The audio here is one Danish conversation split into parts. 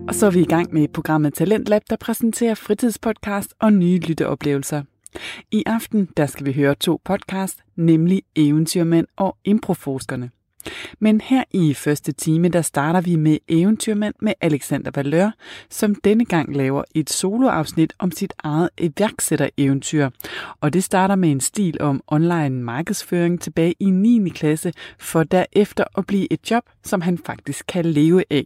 Og så er vi i gang med programmet Talentlab, der præsenterer fritidspodcast og nye lytteoplevelser. I aften der skal vi høre 2 podcast, nemlig Eventyrmænd og Improforskerne. Men her i første time, der starter vi med Eventyrmænd med Alexander Valeur, som denne gang laver et soloafsnit om sit eget iværksættereventyr. Og det starter med en stil om online markedsføring tilbage i 9. klasse, for derefter at blive et job, som han faktisk kan leve af.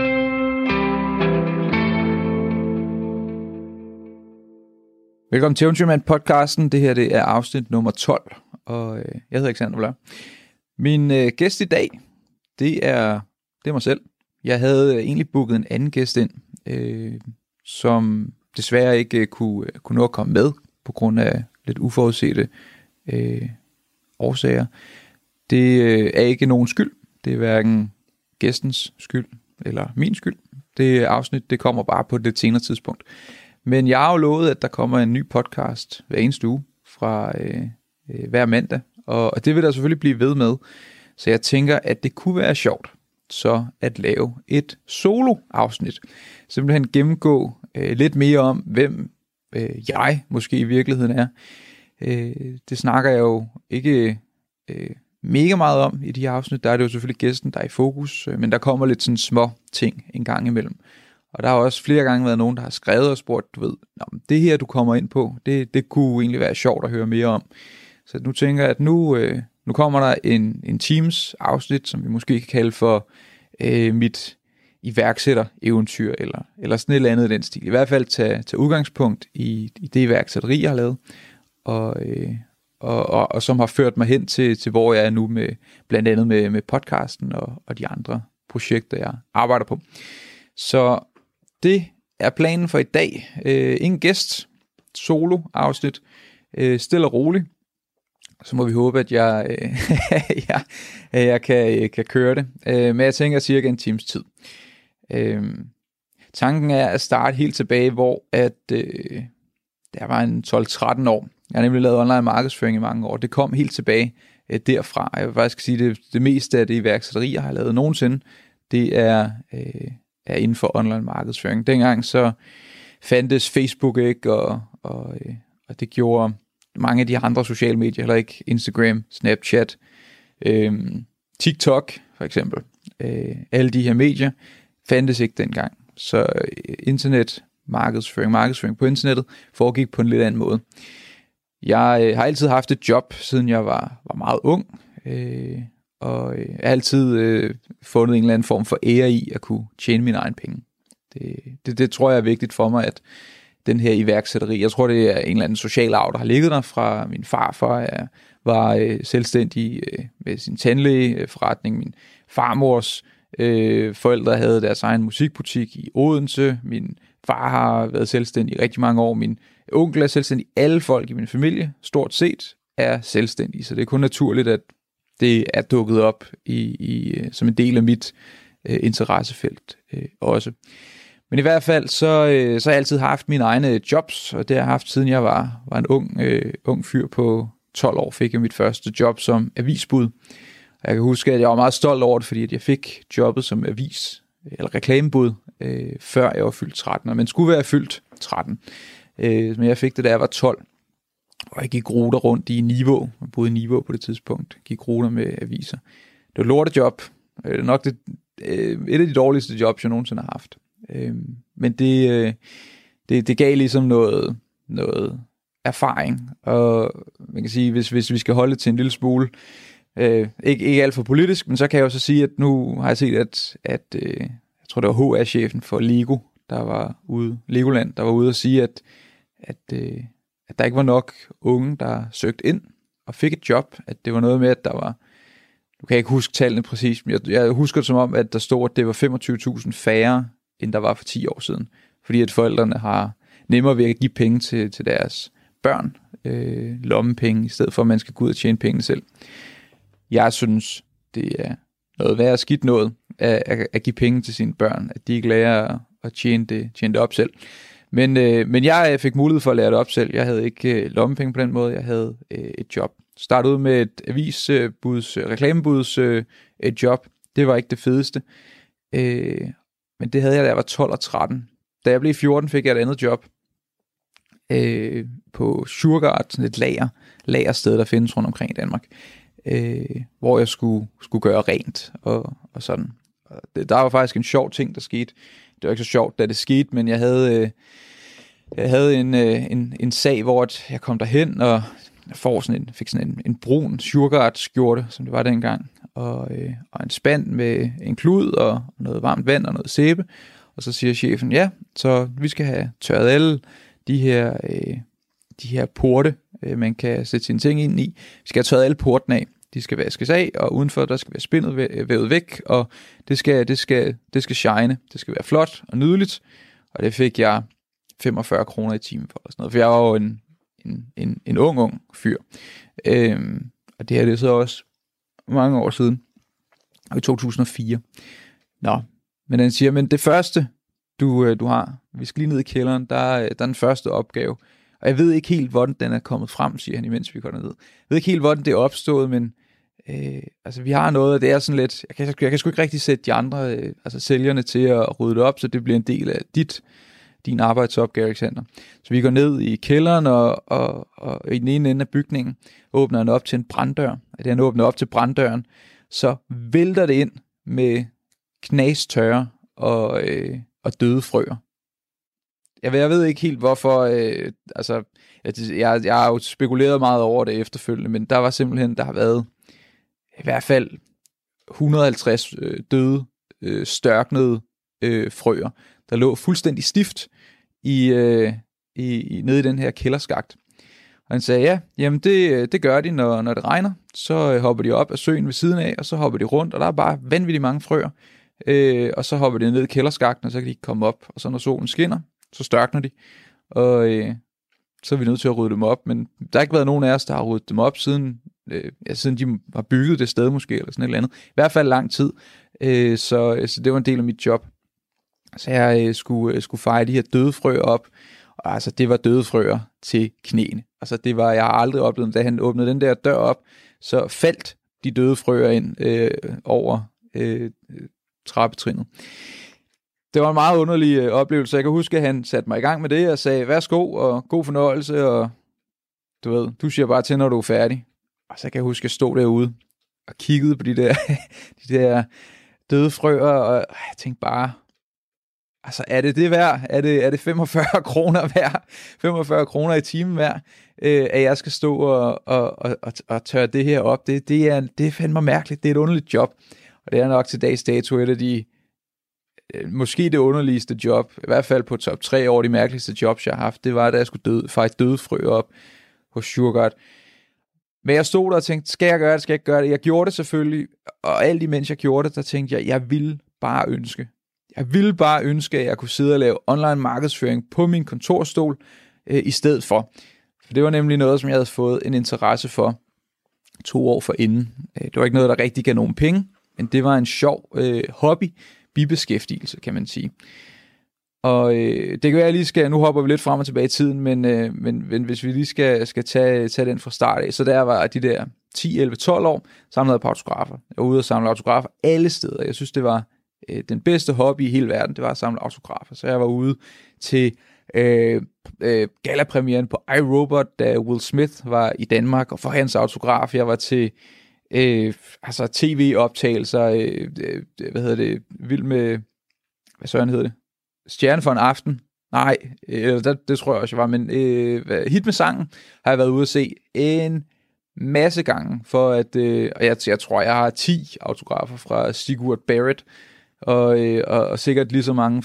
Velkommen til Eventyrmænd-podcasten. Det her det er afsnit nummer 12, og jeg hedder Alexander Valeur. Min gæst i dag, det er mig selv. Jeg havde egentlig booket en anden gæst ind, som desværre ikke kunne nå at komme med, på grund af lidt uforudsete årsager. Det er ikke nogen skyld. Det er hverken gæstens skyld eller min skyld. Det afsnit det kommer bare på et lidt senere tidspunkt. Men jeg har jo lovet, at der kommer en ny podcast hver eneste uge fra hver mandag. Og det vil der selvfølgelig blive ved med. Så jeg tænker, at det kunne være sjovt så at lave et solo-afsnit. Simpelthen gennemgå lidt mere om, hvem jeg måske i virkeligheden er. Det snakker jeg jo ikke mega meget om i de her afsnit. Der er det jo selvfølgelig gæsten, der er i fokus. Men der kommer lidt sådan små ting en gang imellem. Og der har også flere gange været nogen, der har skrevet og spurgt, du ved, det her du kommer ind på, det kunne egentlig være sjovt at høre mere om. Så nu tænker jeg, at nu kommer der en Teams afsnit, som vi måske kan kalde for mit iværksætter-eventyr, eller sådan et eller andet i den stil. I hvert fald tage udgangspunkt i det iværksætteri, jeg har lavet, og som har ført mig hen til hvor jeg er nu, med blandt andet med podcasten og de andre projekter, jeg arbejder på. Så det er planen for i dag. Ingen gæst, solo-afsnit, stille og roligt. Så må vi håbe, at jeg kan køre det. Men jeg tænker cirka en times tid. Tanken er at starte helt tilbage, hvor der var en 12-13 år. Jeg har nemlig lavet online markedsføring i mange år. Det kom helt tilbage derfra. Jeg vil faktisk sige, det meste af det iværksætteri, jeg har lavet nogensinde, det er inden for online markedsføring. Dengang så fandtes Facebook ikke, og det gjorde mange af de andre sociale medier heller ikke. Instagram, Snapchat, TikTok for eksempel. Alle de her medier fandtes ikke dengang. Så markedsføring på internettet foregik på en lidt anden måde. Jeg har altid haft et job, siden jeg var meget ung. Og jeg har altid fundet en eller anden form for ære i at kunne tjene mine egne penge. Det tror jeg er vigtigt for mig, at den her iværksætteri, jeg tror det er en eller anden social arv, der har ligget der fra min farfar. Jeg var selvstændig med sin tandlægeforretning. Min farmors forældre havde deres egen musikbutik i Odense. Min far har været selvstændig i rigtig mange år. Min onkel er selvstændig. Alle folk i min familie, stort set, er selvstændige. Så det er kun naturligt, at det er dukket op som en del af mit interessefelt også. Men i hvert fald, så har jeg altid haft mine egne jobs, og det har jeg haft siden jeg var en ung fyr på 12 år, fik jeg mit første job som avisbud. Og jeg kan huske, at jeg var meget stolt over det, fordi at jeg fik jobbet som eller reklamebud, før jeg var fyldt 13, og man skulle være fyldt 13. Men jeg fik det, da jeg var 12. Og jeg gik ruter rundt i Niveau. Jeg boede i Niveau på det tidspunkt. Gik ruter med aviser. Det var et lortejob. Det er nok et af de dårligste jobs, jeg nogensinde har haft. Men det gav ligesom noget erfaring. Og man kan sige, hvis vi skal holde det til en lille smule, ikke alt for politisk, men så kan jeg jo så sige, at nu har jeg set, at jeg tror det var HR-chefen for Lego, der var ude, Legoland, der var ude og sige, at der ikke var nok unge, der søgte ind og fik et job. At det var noget med, at der var, du kan ikke huske tallene præcis, men jeg husker det som om, at der stod, at det var 25.000 færre, end der var for 10 år siden. Fordi at forældrene har nemmere ved at give penge til deres børn, lommepenge, i stedet for at man skal gå ud og tjene penge selv. Jeg synes, det er noget værre skidt noget, at give penge til sine børn, at de ikke lærer at tjene det op selv. Men jeg fik mulighed for at lære det op selv. Jeg havde ikke lommepenge på den måde. Jeg havde et job. Startede ud med et reklamebuds job. Det var ikke det fedeste. Men det havde jeg, da jeg var 12 og 13. Da jeg blev 14, fik jeg et andet job på Sugarart, sådan et lagersted, der findes rundt omkring i Danmark, hvor jeg skulle gøre rent og sådan. Og der var faktisk en sjov ting, der skete. Det var ikke så sjovt, da det skete, men jeg havde en sag, hvor jeg kom derhen, og jeg fik sådan en brun Sugarart skjorte, som det var dengang, og en spand med en klud og noget varmt vand og noget sæbe. Og så siger chefen, ja, så vi skal have tørret alle de her porte, man kan sætte sine ting ind i. Vi skal have tørret alle portene af. De skal vaskes af, og udenfor der skal være spindet vævet væk, og det skal shine. Det skal være flot og nydeligt. Og det fik jeg 45 kroner i timen for, sådan noget, for jeg var jo en ung fyr. Og det her det er så også mange år siden, og i 2004. Nå, men han siger, men det første, du har, vi skal lige ned i kælderen, der er den første opgave. Og jeg ved ikke helt, hvordan den er kommet frem, siger han, imens vi går ned. Jeg ved ikke helt, hvordan det er opstået, men altså vi har noget, og det er sådan lidt, jeg kan sgu ikke rigtig sætte de andre, altså sælgerne til at rydde det op, så det bliver en del af din arbejdsopgave, Alexander. Så vi går ned i kælderen, og i den ene ende af bygningen åbner han op til en branddør. Og det han åbner op til branddøren, så vælter det ind med knastørre og døde frøer. Jeg ved ikke helt hvorfor, altså jeg har jo spekuleret meget over det efterfølgende, men der var simpelthen, der har været i hvert fald 150 døde, størknede frøer, der lå fuldstændig stift nede i den her kælderskakt. Og han sagde, ja, jamen det gør de, når det regner, så hopper de op af søen ved siden af, og så hopper de rundt, og der er bare vanvittigt mange frøer, og så hopper de ned i kælderskakten, og så kan de ikke komme op, og så når solen skinner, så størkner de, og så er vi nødt til at rydde dem op, men der har ikke været nogen af os, der har ryddet dem op, siden de har bygget det sted måske, eller sådan et eller andet. I hvert fald lang tid, så det var en del af mit job. Så jeg skulle feje de her døde frøer op, og altså det var døde frøer til knæene. Altså jeg har aldrig oplevet, da han åbnede den der dør op, så faldt de døde frøer ind over trappetrinnet. Det var en meget underlig oplevelse. Jeg kan huske, at han satte mig i gang med det og sagde, værsgo og god fornøjelse, og du siger bare til, når du er færdig. Og så kan jeg huske, at jeg stod derude og kiggede på de der døde frøer, og jeg tænkte bare, altså er det værd? Er det 45 kroner værd? 45 kroner i timen værd? At jeg skal stå og tørre det her op? Det er fandme mærkeligt. Det er et underligt job. Og det er nok til dags dato et af de måske det underligste job, i hvert fald på top 3 over de mærkeligste jobs, jeg har haft. Det var, da jeg skulle feje døde frøer op hos Sugarart. Men jeg stod der og tænkte, skal jeg gøre det, skal jeg ikke gøre det? Jeg gjorde det selvfølgelig, og alt imens jeg gjorde det, der tænkte jeg ville bare ønske, at jeg kunne sidde og lave online markedsføring på min kontorstol i stedet for. For det var nemlig noget, som jeg havde fået en interesse for 2 år forinden. Det var ikke noget, der rigtig gav nogen penge, men det var en sjov hobby, bibeskæftigelse, kan man sige. Og det kan være, at nu hopper vi lidt frem og tilbage i tiden, men hvis vi lige skal tage den fra start af, så der var de der 10, 11, 12 år, samlede jeg på autografer. Jeg var ude og samle autografer alle steder. Jeg synes, det var den bedste hobby i hele verden, det var at samle autografer. Så jeg var ude til galapremieren på iRobot, da Will Smith var i Danmark, og for hans autograf. Jeg var til tv-optagelser, vild med, hvad søren hedder det? Stjerne for en aften. Nej, det tror jeg også, jeg var, men Hit med sangen har jeg været ude at se en masse gange, for at, og jeg tror, jeg har 10 autografer fra Sigurd Barrett, og sikkert lige så mange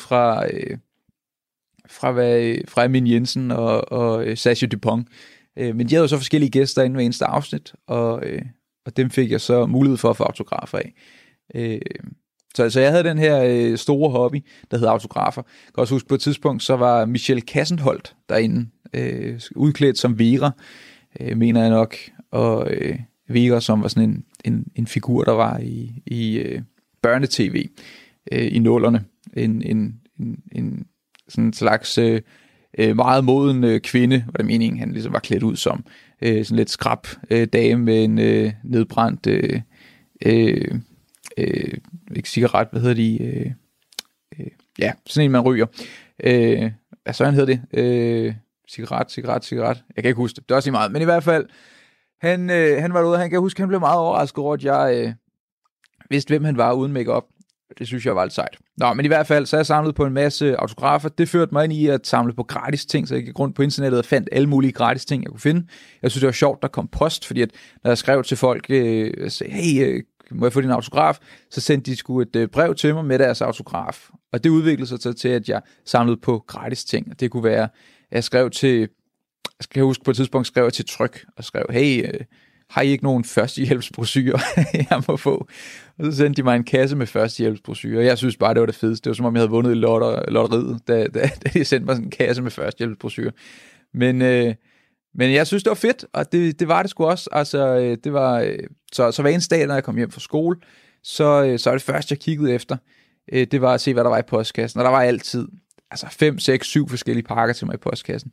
fra Emin Jensen og Sascha Dupont. Men de havde jo så forskellige gæster inden hver eneste afsnit, og dem fik jeg så mulighed for at få autografer af. Så jeg havde den her store hobby, der hedder autografer. Jeg kan også huske, på et tidspunkt, så var Michelle Kassenholt derinde, udklædt som Vera, mener jeg nok, og Vera, som var sådan en figur, der var i børnetv i nullerne. En sådan slags meget moden kvinde, var det meningen, han ligesom var klædt ud som. Sådan lidt skrap dame med en nedbrændt ikke cigaret, hvad hedder de? ja, sådan en, man ryger. Hvad sådan hedder det? Cigaret. Jeg kan ikke huske det. Det er også lige meget. Men i hvert fald, han var derude, han kan huske, han blev meget overrasket over, at jeg vidste, hvem han var uden make-up. Det synes jeg var lidt sejt. Nå, men i hvert fald, så er jeg samlet på en masse autografer. Det førte mig ind i at samle på gratis ting, så jeg gik rundt på internettet og fandt alle mulige gratis ting, jeg kunne finde. Jeg synes, det var sjovt, der kom post, fordi at, når jeg skrev til folk, sagde, hey, må jeg få din autograf? Så sendte de sgu et brev til mig med deres autograf. Og det udviklede sig så til, at jeg samlede på gratis ting. Og det kunne være, jeg skrev til, jeg skal huske på et tidspunkt, skrev jeg til Tryg og skrev, hey, har I ikke nogen førstehjælpsbrochurer, jeg må få? Og så sendte de mig en kasse med førstehjælpsbrochurer. Jeg synes bare, det var det fedeste. Det var som om, jeg havde vundet i lotteriet, da de sendte mig sådan en kasse med førstehjælpsbrochurer. Men jeg synes, det var fedt, og det var det sgu også. Altså, det var, så hver eneste dag, når jeg kom hjem fra skole, så er det første, jeg kiggede efter, det var at se, hvad der var i postkassen. Og der var altid 5, 6, 7 forskellige pakker til mig i postkassen.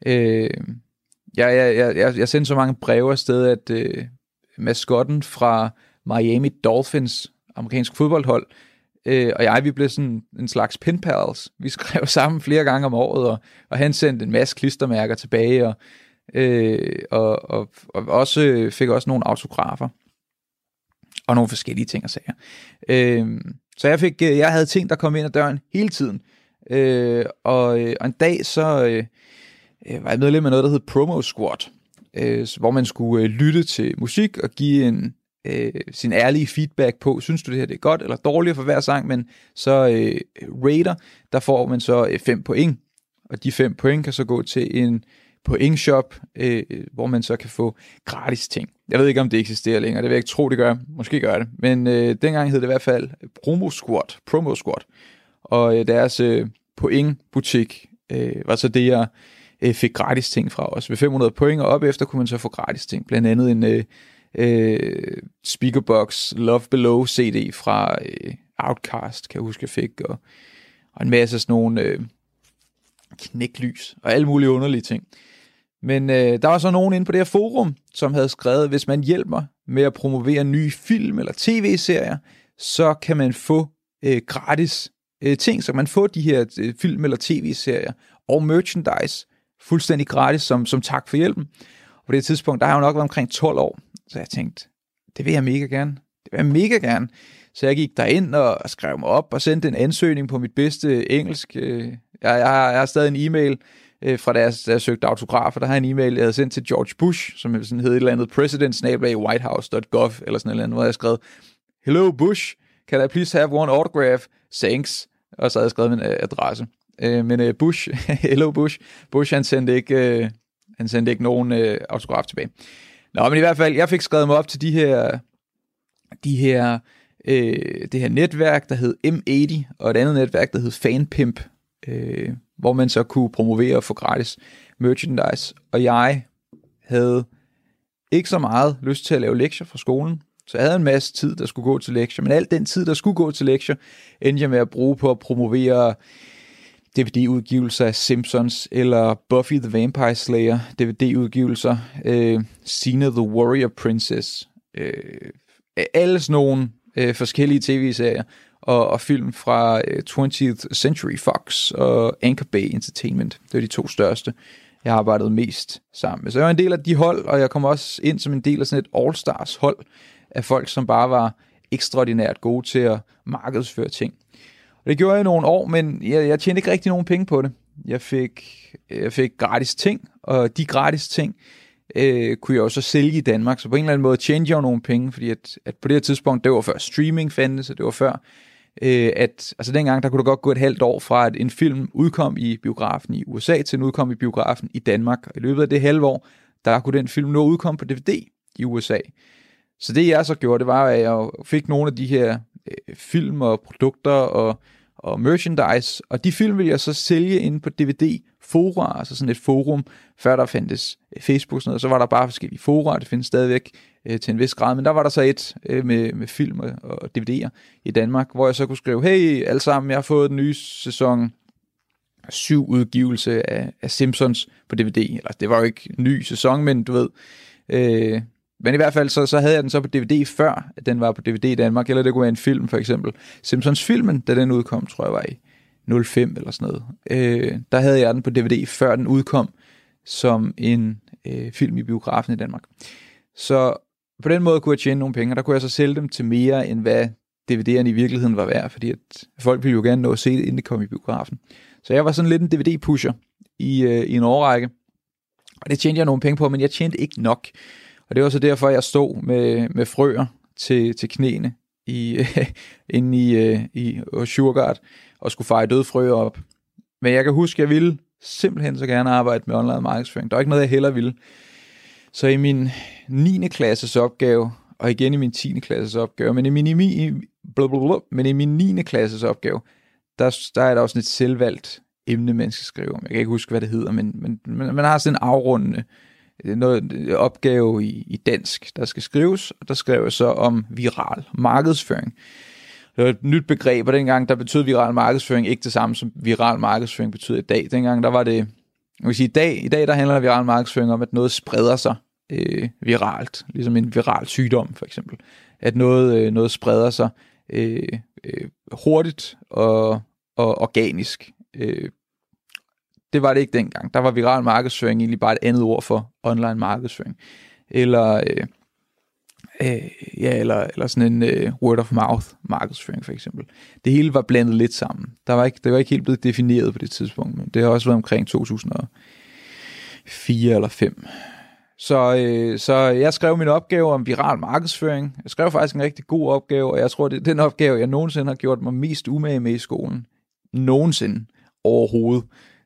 Jeg sendte så mange breve afsted, at maskotten fra Miami Dolphins, amerikansk fodboldhold, og vi blev sådan en slags pen pals. Vi skrev sammen flere gange om året, og han sendte en masse klistermærker tilbage, og også fik også nogle autografer og nogle forskellige ting og sager. Så jeg havde ting, der kom ind ad døren hele tiden. Og en dag så var jeg medlem af noget, der hed Promo Squad, hvor man skulle lytte til musik og give sin ærlige feedback på, synes du det her det er godt eller dårligt for hver sang, men så rater, der får man så 5 point, og de 5 point kan så gå til en pointshop, hvor man så kan få gratis ting. Jeg ved ikke, om det eksisterer længere, det vil jeg ikke tro, det gør. Måske gør det, men dengang hed det i hvert fald Promo Squad, og deres pointbutik var så det, jeg fik gratis ting fra os. Ved 500 point og op efter kunne man så få gratis ting, blandt andet en Speakerbox Love Below CD fra Outkast, kan jeg huske, jeg fik, og en masse sådan nogle knæklys og alle mulige underlige ting. Men der var så nogen inde på det her forum, som havde skrevet, hvis man hjælper med at promovere nye film eller tv-serier, så kan man få gratis ting, så man får de her film eller tv-serier og merchandise fuldstændig gratis som tak for hjælpen. Og på det tidspunkt, der har jeg jo nok været omkring 12 år, så jeg tænkte, det vil jeg mega gerne. Så jeg gik derind og skrev mig op og sendte en ansøgning på mit bedste engelsk. Jeg har stadig en e-mail fra da jeg søgte autografer. Der har jeg en e-mail, jeg havde sendt til George Bush, som sådan hed et eller andet president@whitehouse.gov eller sådan et eller andet, hvor jeg skrev, hello Bush, can I please have one autograph? Thanks. Og så havde jeg skrevet min adresse. Men Bush, hello Bush, han sendte ikke nogen autograf tilbage. Nå, men i hvert fald, jeg fik skrevet mig op til det her netværk, der hed M80, og et andet netværk, der hed Fanpimp, hvor man så kunne promovere og få gratis merchandise. Og jeg havde ikke så meget lyst til at lave lektier fra skolen, så jeg havde en masse tid, der skulle gå til lektier, men alt den tid, der skulle gå til lektier, endte jeg med at bruge på at promovere DVD-udgivelser af Simpsons, eller Buffy the Vampire Slayer DVD-udgivelser, Xena the Warrior Princess, alle sådan nogle forskellige tv-serier, og film fra 20th Century Fox og Anchor Bay Entertainment. Det er de 2 største, jeg har arbejdet mest sammen med. Så jeg var en del af de hold, og jeg kom også ind som en del af sådan et All-Stars hold af folk, som bare var ekstraordinært gode til at markedsføre ting. Og det gjorde jeg i nogle år, men jeg tjente ikke rigtig nogen penge på det. Jeg fik gratis ting, og de gratis ting kunne jeg jo så sælge i Danmark, så på en eller anden måde tjente jeg jo nogle penge, fordi at på det her tidspunkt, det var før streaming fandtes, og det var før, dengang, der kunne det godt gå et halvt år fra, at en film udkom i biografen i USA, til den udkom i biografen i Danmark. Og i løbet af det halve år, der kunne den film nå udkomme på DVD i USA. Så det jeg så gjorde, det var, at jeg fik nogle af de her film og produkter og merchandise, og de film ville jeg så sælge inde på DVD-fora, altså sådan et forum, før der fandtes Facebook og sådan noget, så var der bare forskellige fora, det findes stadigvæk til en vis grad, men der var der så et med film og DVD'er i Danmark, hvor jeg så kunne skrive, hey alle sammen, jeg har fået den nye sæson 7 udgivelse af Simpsons på DVD, eller det var jo ikke en ny sæson, men du ved, men i hvert fald så havde jeg den så på DVD før, at den var på DVD i Danmark, eller det kunne være en film for eksempel. Simpsons-filmen, da den udkom, tror jeg var i 05 eller sådan noget. Der havde jeg den på DVD, før den udkom som en film i biografen i Danmark. Så på den måde kunne jeg tjene nogle penge, og der kunne jeg så sælge dem til mere, end hvad DVD'erne i virkeligheden var værd, fordi at folk ville jo gerne nå at se det, inden det kom i biografen. Så jeg var sådan lidt en DVD-pusher i en årrække, og det tjente jeg nogle penge på, men jeg tjente ikke nok. Og det var så derfor, jeg stod med frøer til knæene inde i Sugarguard, og skulle feje døde frøer op. Men jeg kan huske, jeg ville simpelthen så gerne arbejde med online markedsføring. Der var ikke noget, jeg hellere ville. Så i min 9. klasses opgave, og igen i min 10. klasses opgave, men i min 9. klasses opgave, der er der også et selvvalgt emne, man skal skrive om. Jeg kan ikke huske, hvad det hedder, men man har sådan en afrundende opgave i dansk, der skal skrives, og der skrev jeg så om viral markedsføring. Det var et nyt begreb, og dengang der betød viral markedsføring ikke det samme, som viral markedsføring betyder i dag. Dengang der var det, jeg vil sige, i dag der handler viral markedsføring om, at noget spreder sig viralt, ligesom en viral sygdom for eksempel. At noget spreder sig hurtigt og organisk. Det var det ikke dengang. Der var viral markedsføring egentlig bare et andet ord for online markedsføring. Eller sådan en word of mouth markedsføring for eksempel. Det hele var blandet lidt sammen. Det var ikke helt blevet defineret på det tidspunkt, men det har også været omkring 2004 eller 5. Så jeg skrev min opgave om viral markedsføring. Jeg skrev faktisk en rigtig god opgave, og jeg tror, det er den opgave, jeg nogensinde har gjort mig mest umage med i skolen. Nogensinde overhovedet.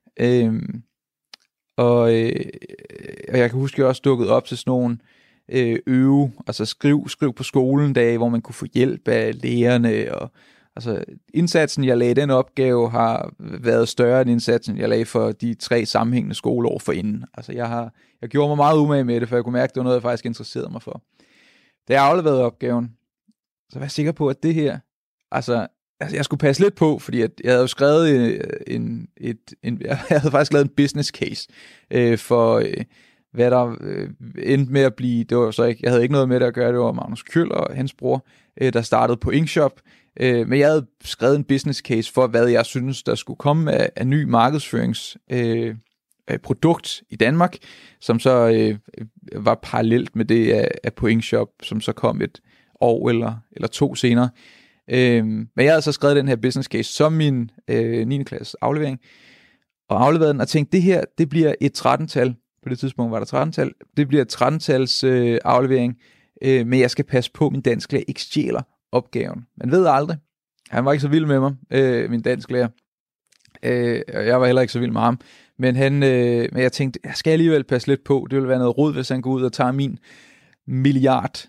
Og jeg kan huske, at jeg også dukkede op til sådan nogle altså skriv på skolen dage, hvor man kunne få hjælp af lærerne, og altså indsatsen, jeg lagde den opgave, har været større end indsatsen, jeg lagde for de 3 sammenhængende skoleår forinden. Altså jeg gjorde mig meget umage med det, for jeg kunne mærke, at det var noget, jeg faktisk interesserede mig for. Da jeg afleverede opgaven, så var jeg sikker på, at det her, altså jeg skulle passe lidt på, fordi jeg havde jo skrevet jeg havde faktisk lavet en business case for hvad der endte med at blive. Det var så ikke, jeg havde ikke noget med det at gøre, det var Magnus Kjøll og hans bror, der startede på Inkshop. Men jeg havde skrevet en business case for, hvad jeg synes, der skulle komme af ny markedsføringsprodukt i Danmark, som så var parallelt med det af på Inkshop, som så kom et år eller 2 senere. Men jeg havde så skrevet den her business case som min 9. klasse aflevering, og afleveret den og tænkte, det her, det bliver et 13-tal. På det tidspunkt var der 13-tal. Det bliver et 13-tals aflevering, men jeg skal passe på, min dansklærer ikke stjæler opgaven. Man ved aldrig. Han var ikke så vild med mig, min dansklærer. Jeg var heller ikke så vild med ham. Men jeg tænkte, jeg skal alligevel passe lidt på. Det ville være noget rod, hvis han går ud og tager min milliard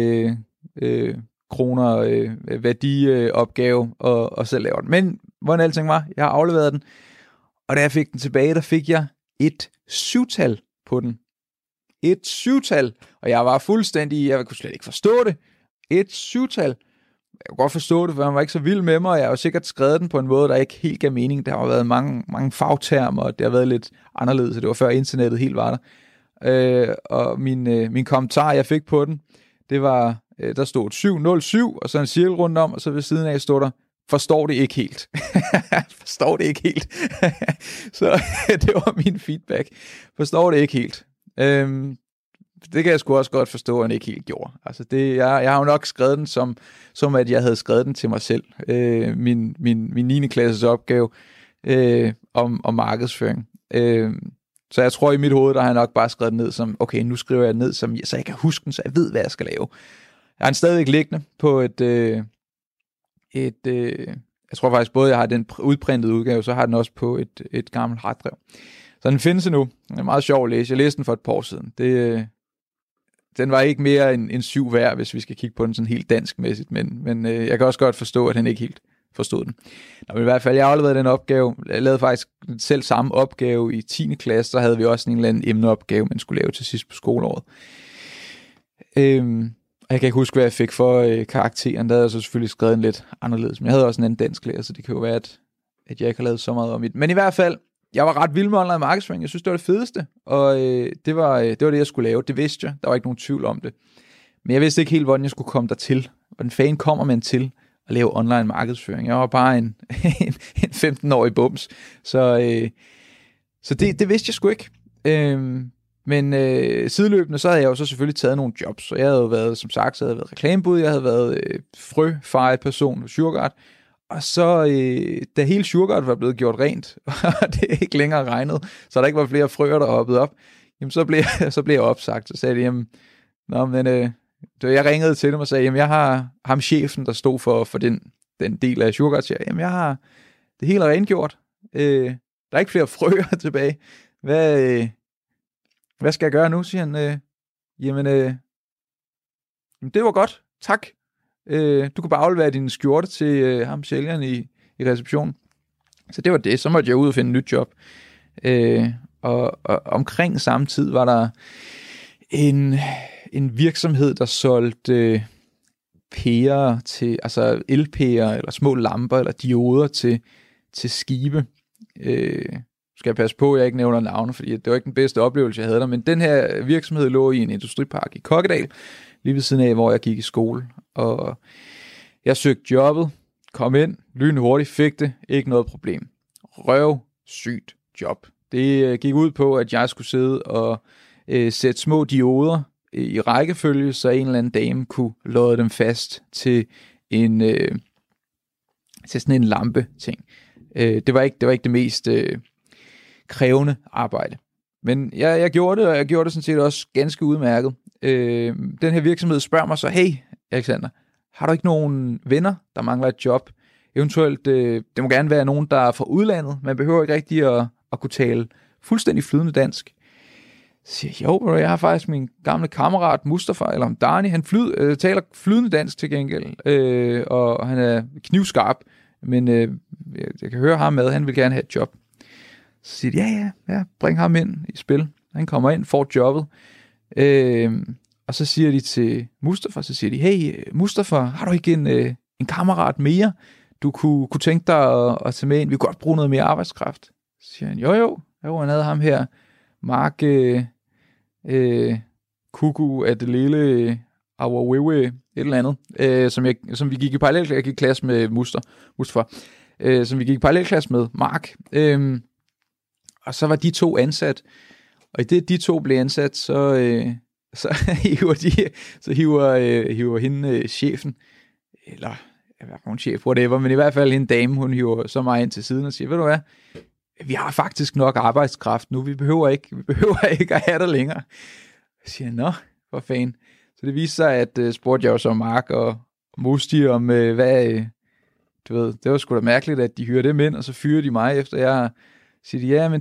kroner værdiopgave og selv laver den. Men hvordan alting var, jeg har afleveret den, og da jeg fik den tilbage, der fik jeg et 7-tal på den. Et 7-tal, og jeg var fuldstændig, jeg kunne slet ikke forstå det. Et 7-tal. Jeg kunne godt forstå det, for han var ikke så vild med mig, og jeg har jo sikkert skrevet den på en måde, der ikke helt gav mening. Der har været mange fagtermer, og det har været lidt anderledes, så det var før internettet helt var der. Og min kommentar, jeg fik på den, det var, der stod 707, og så en cirkel rundt om, og så ved siden af stod der, forstår det ikke helt. Forstår det ikke helt. Så det var min feedback. Forstår det ikke helt. Det kan jeg sgu også godt forstå, at han ikke helt gjorde. Altså jeg har jo nok skrevet den som at jeg havde skrevet den til mig selv. Min 9. klasses opgave om markedsføring. Så jeg tror i mit hoved, der har jeg nok bare skrevet den ned som, okay, nu skriver jeg den ned, så jeg kan huske den, så jeg ved, hvad jeg skal lave. Jeg har den stadigvæk liggende på jeg tror faktisk både, jeg har den udprintede udgave, så har den også på et gammelt harddrev. Så den findes nu. Den er meget sjov at læse. Jeg læste den for et par år siden. Den var ikke mere end 7 værd, hvis vi skal kigge på den sådan helt danskmæssigt, men jeg kan også godt forstå, at han ikke helt forstod den. Nå, men i hvert fald, jeg afleverede den opgave. Jeg lavede faktisk selv samme opgave i 10. klasse, så havde vi også en eller anden emneopgave, man skulle lave til sidst på skoleåret. Jeg kan ikke huske, hvad jeg fik for karakteren. Der havde jeg så selvfølgelig skrevet en lidt anderledes. Men jeg havde også en anden dansklærer, så det kan jo være, at jeg ikke har lavet så meget om det. Men i hvert fald, jeg var ret vild med online markedsføring. Jeg synes, det var det fedeste. Og det var det, jeg skulle lave. Det vidste jeg. Der var ikke nogen tvivl om det. Men jeg vidste ikke helt, hvordan jeg skulle komme dertil. Hvordan fanden kommer man til at lave online markedsføring. Jeg var bare en 15-årig bums, så det vidste jeg sgu ikke. Men sideløbende, så havde jeg jo så selvfølgelig taget nogle jobs, så jeg havde jo været, som sagt, så havde jeg været reklamebud, jeg havde været frøfejet person hos Sugargard, og så da hele Sugargard var blevet gjort rent, og det ikke længere regnede, så der ikke var flere frøer, der hoppede op, jamen så blev jeg opsagt, så sagde de, jamen, jeg ringede til dem og sagde, jamen jeg har ham chefen, der stod for den del af Sugargard, siger, jamen jeg har det hele rengjort, der er ikke flere frøer tilbage, hvad skal jeg gøre nu, siger han, jamen det var godt, tak, du kan bare aflevere din skjorte til ham sælgeren i receptionen, så det var det, så måtte jeg ud og finde et nyt job, og omkring samme tid var der en virksomhed, der solgte pærer til, altså elpærer, eller små lamper, eller dioder til skibe. Skal jeg passe på, at jeg ikke nævner navne, fordi det var ikke den bedste oplevelse, jeg havde der, men den her virksomhed lå i en industripark i Kokkedal, lige ved siden af, hvor jeg gik i skole, og jeg søgte jobbet, kom ind, lynhurtigt, fik det, ikke noget problem. Røvsygt job. Det gik ud på, at jeg skulle sidde og sætte små dioder i rækkefølge, så en eller anden dame kunne lodde dem fast til til sådan en lampe-ting. Det var ikke det mest krævende arbejde. Men jeg gjorde det, og jeg gjorde det sådan set også ganske udmærket. Den her virksomhed spørger mig så, hey Alexander, har du ikke nogen venner, der mangler et job? Eventuelt, det må gerne være nogen, der er fra udlandet. Man behøver ikke rigtig at kunne tale fuldstændig flydende dansk. Så siger jeg, jo, jeg har faktisk min gamle kammerat Mustafa, eller Dani, han taler flydende dansk til gengæld, og han er knivskarp, men jeg kan høre ham med, han vil gerne have et job. Så siger de, ja, bring ham ind i spil. Han kommer ind, får jobbet, og så siger de til Mustafa, hey Mustafa, har du ikke en kammerat mere, du kunne tænke dig at tage med ind, vi kunne godt bruge noget mere arbejdskraft. Så siger han, jo, han havde ham her, Mark Kuku af det lille Awawewe, et eller andet, som vi gik i parallelklasse, jeg gik i klasse med Mustafa, som vi gik i parallelklasse med Mark, og så var de to ansat, og i det de to blev ansat, så hiver hende chefen, eller hvad for en chef, whatever, men i hvert fald en dame, hun hiver så meget ind til siden og siger, ved du hvad, vi har faktisk nok arbejdskraft nu, vi behøver ikke at have det længere. Jeg siger, nå, hvor fanden. Så det viste sig, at spurgte jeg jo så Mark og Musti om, hvad, du ved, det var sgu da mærkeligt, at de hyrer dem ind, og så fyrer de mig, efter jeg siger, ja, men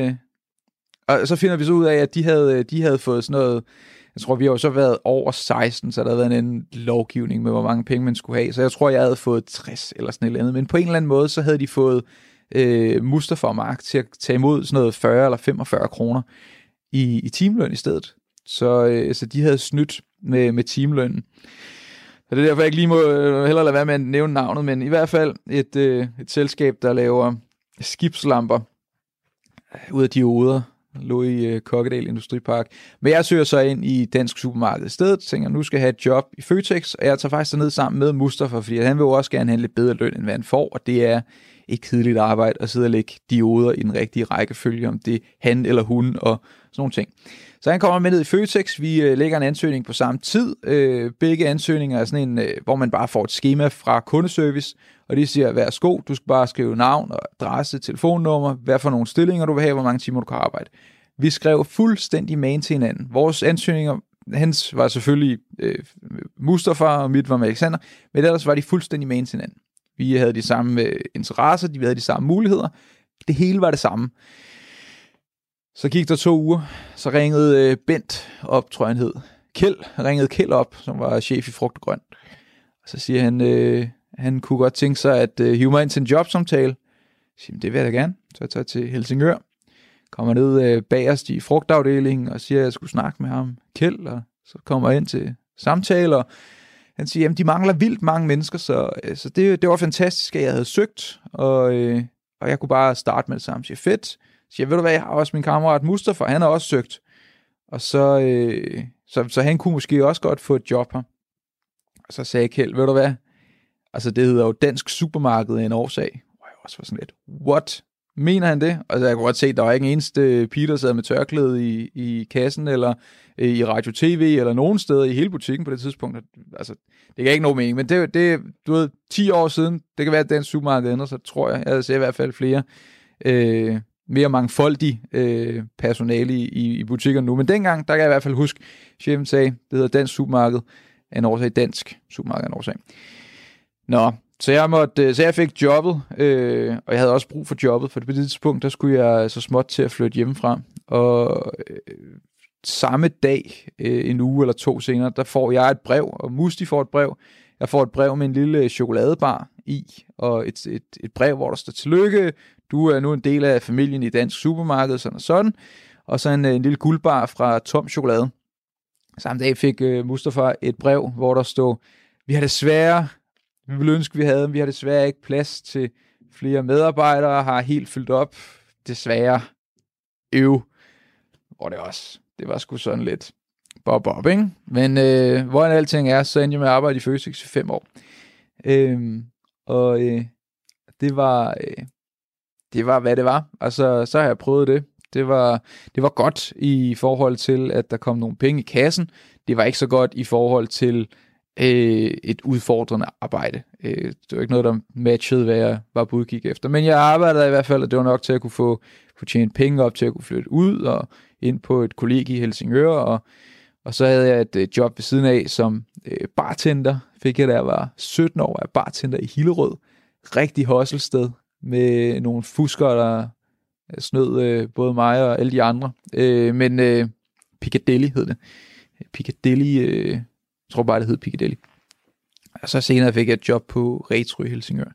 og så finder vi så ud af, at de havde fået sådan noget, jeg tror, vi har jo så været over 16, så der havde været en lovgivning med, hvor mange penge man skulle have, så jeg tror, jeg havde fået 60 eller sådan et eller andet, men på en eller anden måde, så havde de fået Mustafa og Mark til at tage imod sådan noget 40 eller 45 kroner i timeløn i stedet. Så de havde snydt med timelønnen. Så det er derfor, jeg ikke lige må hellere lade være med at nævne navnet, men i hvert fald et selskab, der laver skibslamper ud af dioder, lå i Kokkedal Industripark. Men jeg søger så ind i Dansk Supermarked i stedet, tænker, nu skal jeg have et job i Føtex, og jeg tager faktisk ned sammen med Mustafa, fordi han vil jo også gerne have lidt bedre løn, end hvad han får, og det er ikke kedeligt arbejde at sidde og lægge dioder i den rigtige rækkefølge, om det er han eller hun og sådan nogle ting. Så han kommer med ned i Føtex, vi lægger en ansøgning på samme tid. Begge ansøgninger er sådan en, hvor man bare får et skema fra kundeservice, og de siger, værsgo, du skal bare skrive navn og adresse, telefonnummer, hvad for nogle stillinger du vil have, hvor mange timer du kan arbejde. Vi skrev fuldstændig magen til hinanden. Vores ansøgninger, hans var selvfølgelig Mustafa, og mit var med Alexander, men ellers var de fuldstændig magen til hinanden. Vi havde de samme interesser, vi havde de samme muligheder. Det hele var det samme. Så gik der 2 uger, så ringede Bent op, tror jeg han hed. Ringede Kjeld op, som var chef i Frugt og Grønt. Og så siger han kunne godt tænke sig at hive mig ind til en jobsamtale. Jeg siger, det vil jeg da gerne. Så jeg tager til Helsingør. Kommer ned bagerst i frugtafdelingen og siger, at jeg skulle snakke med ham, Kjeld. Og så kommer jeg ind til samtaler. Han siger, at de mangler vildt mange mennesker, så det var fantastisk, at jeg havde søgt. Og jeg kunne bare starte med det samme. Jeg siger, fedt. Så siger, ved du hvad, jeg har også min kammerat Mustafa, han har også søgt. Og så han kunne måske også godt få et job her. Og så sagde Kjeld, ved du hvad, Altså det hedder jo Dansk Supermarked af en årsag. Og jeg også var sådan lidt, what? Mener han det? Altså jeg kunne godt se, at der var ikke en eneste pige, der sad med tørklæde i kassen, eller i Radio TV, eller nogen steder i hele butikken på det tidspunkt. Altså, det gav ikke nogen mening, men det du ved, 10 år siden, det kan være, at Dansk Supermarked ændrer sig, tror jeg. Jeg ser i hvert fald flere mere mangfoldige personale i butikkerne nu. Men dengang, der kan jeg i hvert fald huske, chefen sagde, det hedder Dansk Supermarked af en årsag, Dansk Supermarked af en årsag. Nå, så jeg fik jobbet, og jeg havde også brug for jobbet, for på det tidspunkt, der skulle jeg så småt til at flytte hjemmefra. Og samme dag, en uge eller 2 senere, der får jeg et brev, og Musti får et brev. Jeg får et brev med en lille chokoladebar i, og et brev, hvor der står tillykke. Du er nu en del af familien i Dansk Supermarked, sådan og sådan. Og så en lille guldbar fra Tom Chokolade. Samme dag fik Mustafa et brev, hvor der stod, vi har desværre, vi ville ønske, vi havde, men vi har desværre ikke plads til flere medarbejdere, har helt fyldt op. Desværre. Hvor det var sgu sådan lidt bob, ikke? Men hvor en alting er, så endte jeg med at arbejde i Føtex i 5 år. Det var, hvad det var. Altså, så har jeg prøvet det. Det var godt i forhold til, at der kom nogle penge i kassen. Det var ikke så godt i forhold til et udfordrende arbejde. Det var ikke noget, der matchede, hvad jeg var på udkig efter. Men jeg arbejdede i hvert fald, og det var nok til at kunne få tjene penge op til at kunne flytte ud og ind på et kollegie i Helsingør. Og så havde jeg et job ved siden af som bartender. Fik jeg, da jeg var 17 år, af bartender i Hillerød. Rigtig hostelsted med nogle fuskere, der snød både mig og alle de andre. Men Piccadilly hed det. Piccadilly, jeg tror bare, det hed Piccadilly. Og så senere fik jeg et job på Retro i Helsingør.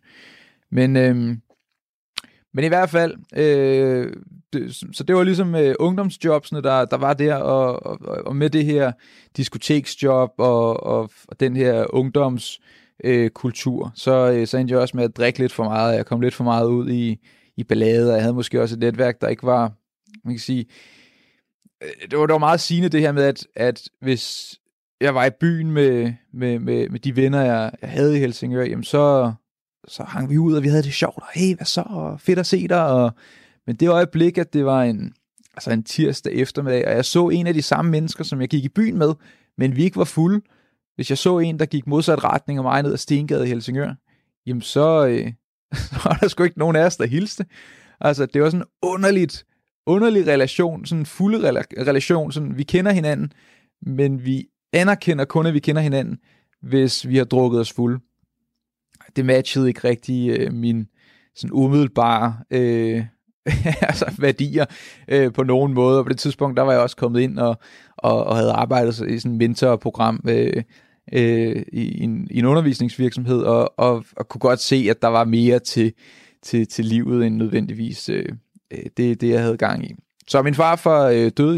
Men i hvert fald, så det var ligesom ungdomsjobsene, der var der, og med det her diskoteksjob og den her ungdomskultur, så endte jeg også med at drikke lidt for meget. Jeg kom lidt for meget ud i ballader. Jeg havde måske også et netværk, der ikke var, man kan sige, det var meget sigende det her med, at hvis jeg var i byen med de venner, jeg havde i Helsingør, jamen så hang vi ud, og vi havde det sjovt, og hey, hvad så, og fedt at se dig, men det øjeblik, at det var en tirsdag eftermiddag, og jeg så en af de samme mennesker, som jeg gik i byen med, men vi ikke var fulde. Hvis jeg så en, der gik modsat retning af mig ned ad Stengade i Helsingør, jamen så var der sgu ikke nogen af os, der hilste. Altså, det var sådan en underlig relation, sådan en fulde relation, sådan, vi kender hinanden, men vi anerkender kun, at vi kender hinanden, hvis vi har drukket os fulde. Det matchede ikke rigtig min sådan umiddelbare værdier på nogen måde, og på det tidspunkt, der var jeg også kommet ind og havde arbejdet i sådan et mentorprogram i en undervisningsvirksomhed, og kunne godt se, at der var mere til livet, end nødvendigvis det, jeg havde gang i. Så min farfar døde i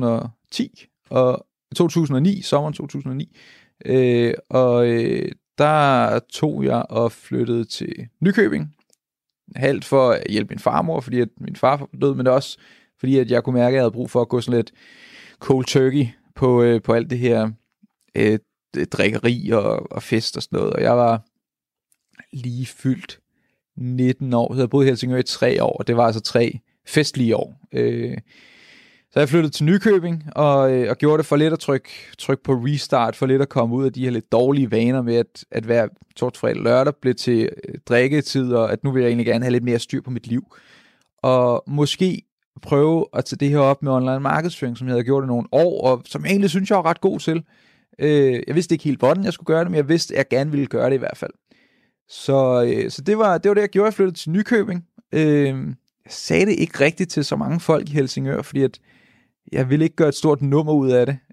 2009, sommeren 2009, der tog jeg og flyttede til Nykøbing, halvt for at hjælpe min farmor, fordi at min far var død, men også fordi at jeg kunne mærke, at jeg havde brug for at gå sådan lidt cold turkey på alt det her drikkeri og fest og sådan noget, og jeg var lige fyldt 19 år, så jeg boede i Helsingør i 3 år, og det var altså 3 festlige år. Så jeg flyttede til Nykøbing, og gjorde det for lidt at trykke på restart, for lidt at komme ud af de her lidt dårlige vaner med, at hver torsdag, fredag, lørdag blev til drikketid, og at nu vil jeg egentlig gerne have lidt mere styr på mit liv. Og måske prøve at tage det her op med online markedsføring, som jeg havde gjort i nogle år, og som jeg egentlig synes, jeg var ret god til. Jeg vidste ikke helt, hvordan jeg skulle gøre det, men jeg vidste, at jeg gerne ville gøre det i hvert fald. Så det var det, jeg gjorde. Jeg flyttede til Nykøbing. Jeg sagde det ikke rigtigt til så mange folk i Helsingør, fordi at jeg ville ikke gøre et stort nummer ud af det.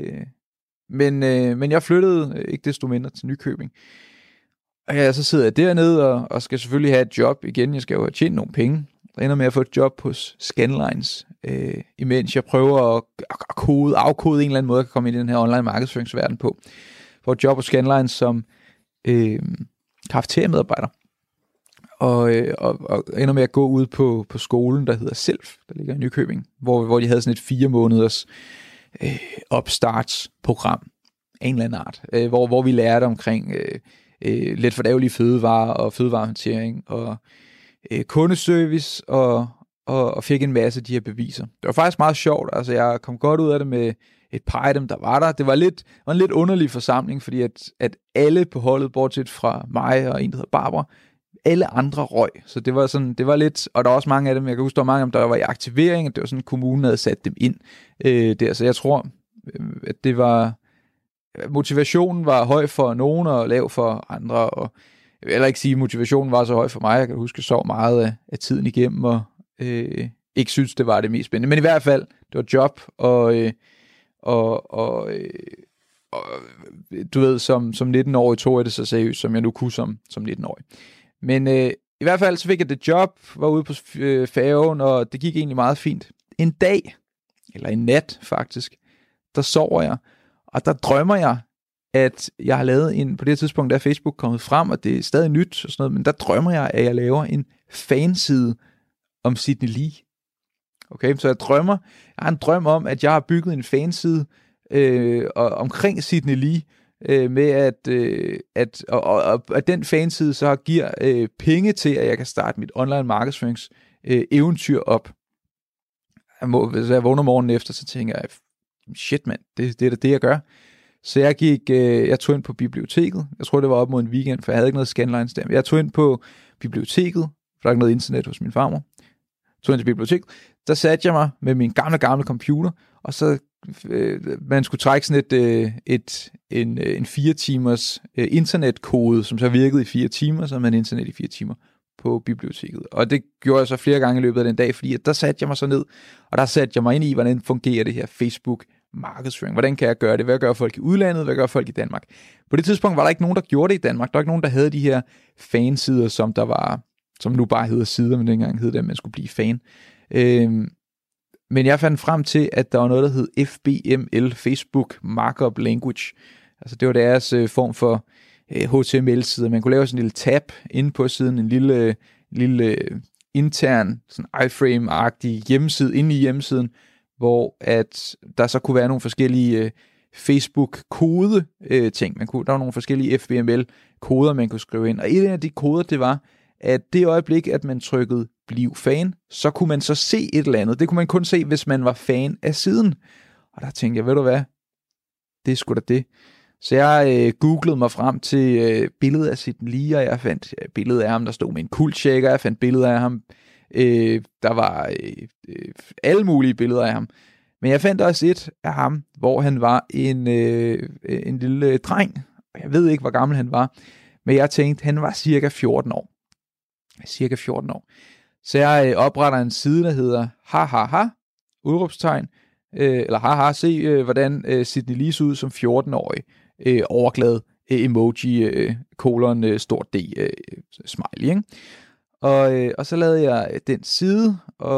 Men jeg flyttede ikke desto mindre til Nykøbing. Og så sidder jeg dernede og skal selvfølgelig have et job igen. Jeg skal jo have tjent nogle penge. Jeg ender med at få et job hos Scanlines, imens jeg prøver at afkode en eller anden måde, at komme ind i den her online markedsføringsverden på. For et job hos Scanlines som kafeteriamedarbejder. Og ender med at gå ud på skolen, der hedder Self, der ligger i Nykøbing, hvor de havde sådan et 4 måneders opstartsprogram af en eller anden art, hvor vi lærte omkring let fordærvelige fødevarer og fødevarehåndtering og kundeservice og fik en masse af de her beviser. Det var faktisk meget sjovt, altså jeg kom godt ud af det med et par af dem, der var der. Det var en lidt underlig forsamling, fordi at alle på holdet, bortset fra mig og en, der hedder Barbara, alle andre røg. Så det var lidt, og der var også mange af dem, jeg kan huske, der var mange af dem, der var i aktivering, og det var sådan, kommunen havde sat dem ind der. Så jeg tror, at det var, motivationen var høj for nogen og lav for andre, og jeg vil heller ikke sige, at motivationen var så høj for mig. Jeg kan huske, at jeg sov meget af tiden igennem, og ikke synes, det var det mest spændende. Men i hvert fald, det var job, og du ved, som 19-årig tog jeg det så seriøst, som jeg nu kunne som 19-årig. Men i hvert fald så fik jeg det job, var ude på færgen, og det gik egentlig meget fint. En dag, eller en nat faktisk, der sover jeg, og der drømmer jeg, at jeg har lavet på det tidspunkt, der er Facebook kommet frem, og det er stadig nyt og sådan noget, men der drømmer jeg, at jeg laver en fanside om Sidney Lee. Okay, så jeg har en drøm om, at jeg har bygget en fanside omkring Sidney Lee, med at den fanside så giver penge til, at jeg kan starte mit online markedsførings eventyr op. Hvis jeg vågner morgenen efter, så tænker jeg, shit mand, det er da det, jeg gør. Så jeg tog ind på biblioteket. Jeg tror, det var op mod en weekend, for jeg havde ikke noget Scanlines der. Jeg tog ind på biblioteket, for der er ikke noget internet hos min farmor. Tog ind til biblioteket. Der satte jeg mig med min gamle computer, og så man skulle trække sådan en 4 timers internetkode, som så virkede i 4 timer, så havde man internet i 4 timer på biblioteket. Og det gjorde jeg så flere gange i løbet af den dag, fordi der satte jeg mig så ned, og der satte jeg mig ind i, hvordan fungerer det her Facebook markedsføring. Hvordan kan jeg gøre det? Hvad gør folk i udlandet? Hvad gør folk i Danmark? På det tidspunkt var der ikke nogen, der gjorde det i Danmark. Der var ikke nogen, der havde de her fansider, som nu bare hedder sider, men dengang hed det, at man skulle blive fan. Men jeg fandt frem til, at der var noget, der hed FBML, Facebook Markup Language. Altså det var deres form for HTML-side. Man kunne lave sådan en lille tab inde på siden, en lille intern, sådan iframe-agtig hjemmeside inde i hjemmesiden, hvor at der så kunne være nogle forskellige Facebook-kode ting. Der var nogle forskellige FBML-koder, man kunne skrive ind. Og et af de koder, det var, at det øjeblik, at man trykkede bliv fan, så kunne man så se et eller andet. Det kunne man kun se, hvis man var fan af siden. Og der tænkte jeg, ved du hvad? Det er sgu da det. Så jeg googlede mig frem til billedet af Sidney Lee, og jeg fandt billedet af ham, der stod med en kultshaker. Jeg fandt billeder af ham. Der var alle mulige billeder af ham. Men jeg fandt også et af ham, hvor han var en lille dreng. Jeg ved ikke, hvor gammel han var. Men jeg tænkte, han var cirka 14 år. Cirka 14 år. Så jeg opretter en side, der hedder hahaha, udråbstegn, eller haha, se hvordan Sidney Lee så ud som 14-årig, overglad emoji, kolon, stort D, smiley, ikke? Og så lavede jeg den side,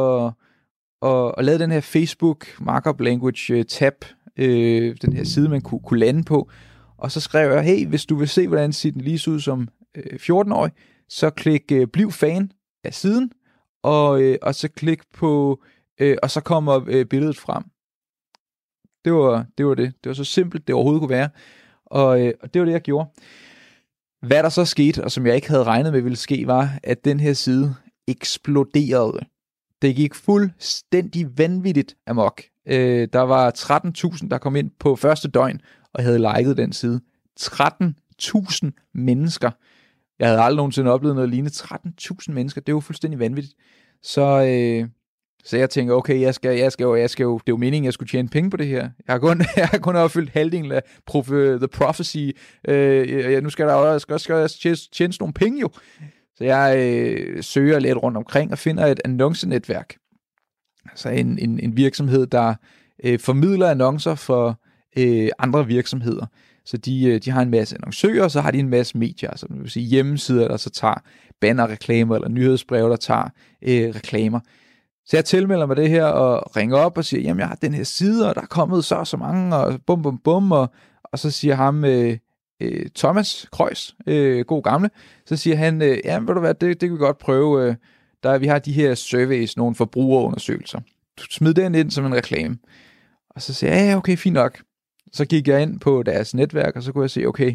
og lavede den her Facebook Markup Language tab, den her side, man kunne lande på, og så skrev jeg, hey, hvis du vil se, hvordan Sidney Lee så ud som 14-årig, så klik bliv fan af siden, og så klik på, og så kommer billedet frem. Det var det. Det var så simpelt, det overhovedet kunne være. Og det var det, jeg gjorde. Hvad der så skete, og som jeg ikke havde regnet med ville ske, var, at den her side eksploderede. Det gik fuldstændig vanvittigt amok. Der var 13.000, der kom ind på første døgn, og havde liket den side. 13.000 mennesker. Jeg havde aldrig nogensinde oplevet noget lignende. 13.000 mennesker, det var fuldstændig vanvittigt. Så jeg tænker, okay, jeg skal jo, det er jo meningen, jeg skulle tjene penge på det her. Jeg har kun opfyldt halvdelen af The Prophecy. Nu skal der også tjene nogle penge jo. Så jeg søger lidt rundt omkring og finder et annoncenetværk. Altså en virksomhed, der formidler annoncer for andre virksomheder. Så de har en masse annoncører, og så har de en masse medier, altså det vil sige hjemmesider, der så tager bannerreklamer, eller nyhedsbreve, der tager reklamer. Så jeg tilmelder mig det her, og ringer op og siger, jamen jeg har den her side, og der er kommet så mange, og bum, og så siger ham, Thomas Kreuz, god gamle, så siger han, jamen ved du hvad, det kan vi godt prøve, vi har de her surveys, nogle forbrugerundersøgelser. Smid den ind som en reklame. Og så siger jeg, ja, okay, fint nok. Så gik jeg ind på deres netværk, og så kunne jeg se, okay,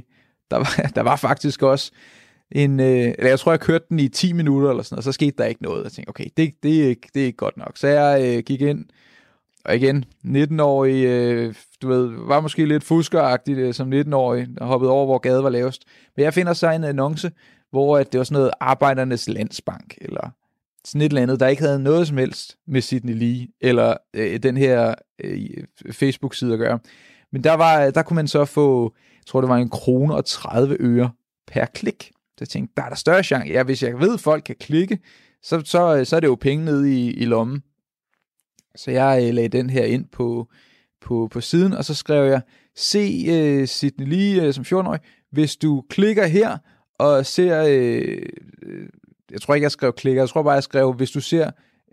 der var faktisk også jeg tror, jeg kørte den i 10 minutter eller sådan, og så skete der ikke noget. Jeg tænkte, okay, det er ikke godt nok. Så jeg gik ind, og igen, 19-årig, var måske lidt fuskeragtigt som 19-årig, og hoppede over, hvor gaden var lavest. Men jeg finder så en annonce, hvor det var sådan noget Arbejdernes Landsbank, eller sådan et eller andet, der ikke havde noget som helst med Sydney Lee, eller den her Facebook-side at gøre. Men der kunne man så få, jeg tror det var 1,30 kroner per klik. Så jeg tænkte, der er der større chance. Ja, hvis jeg ved, at folk kan klikke, så er det jo penge nede i lommen. Så jeg lagde den her ind på siden, og så skrev jeg, se Sydney Lee som 14-årig, hvis du klikker her, og ser, jeg tror ikke, jeg skrev klikker, jeg tror bare, jeg skrev, hvis du ser,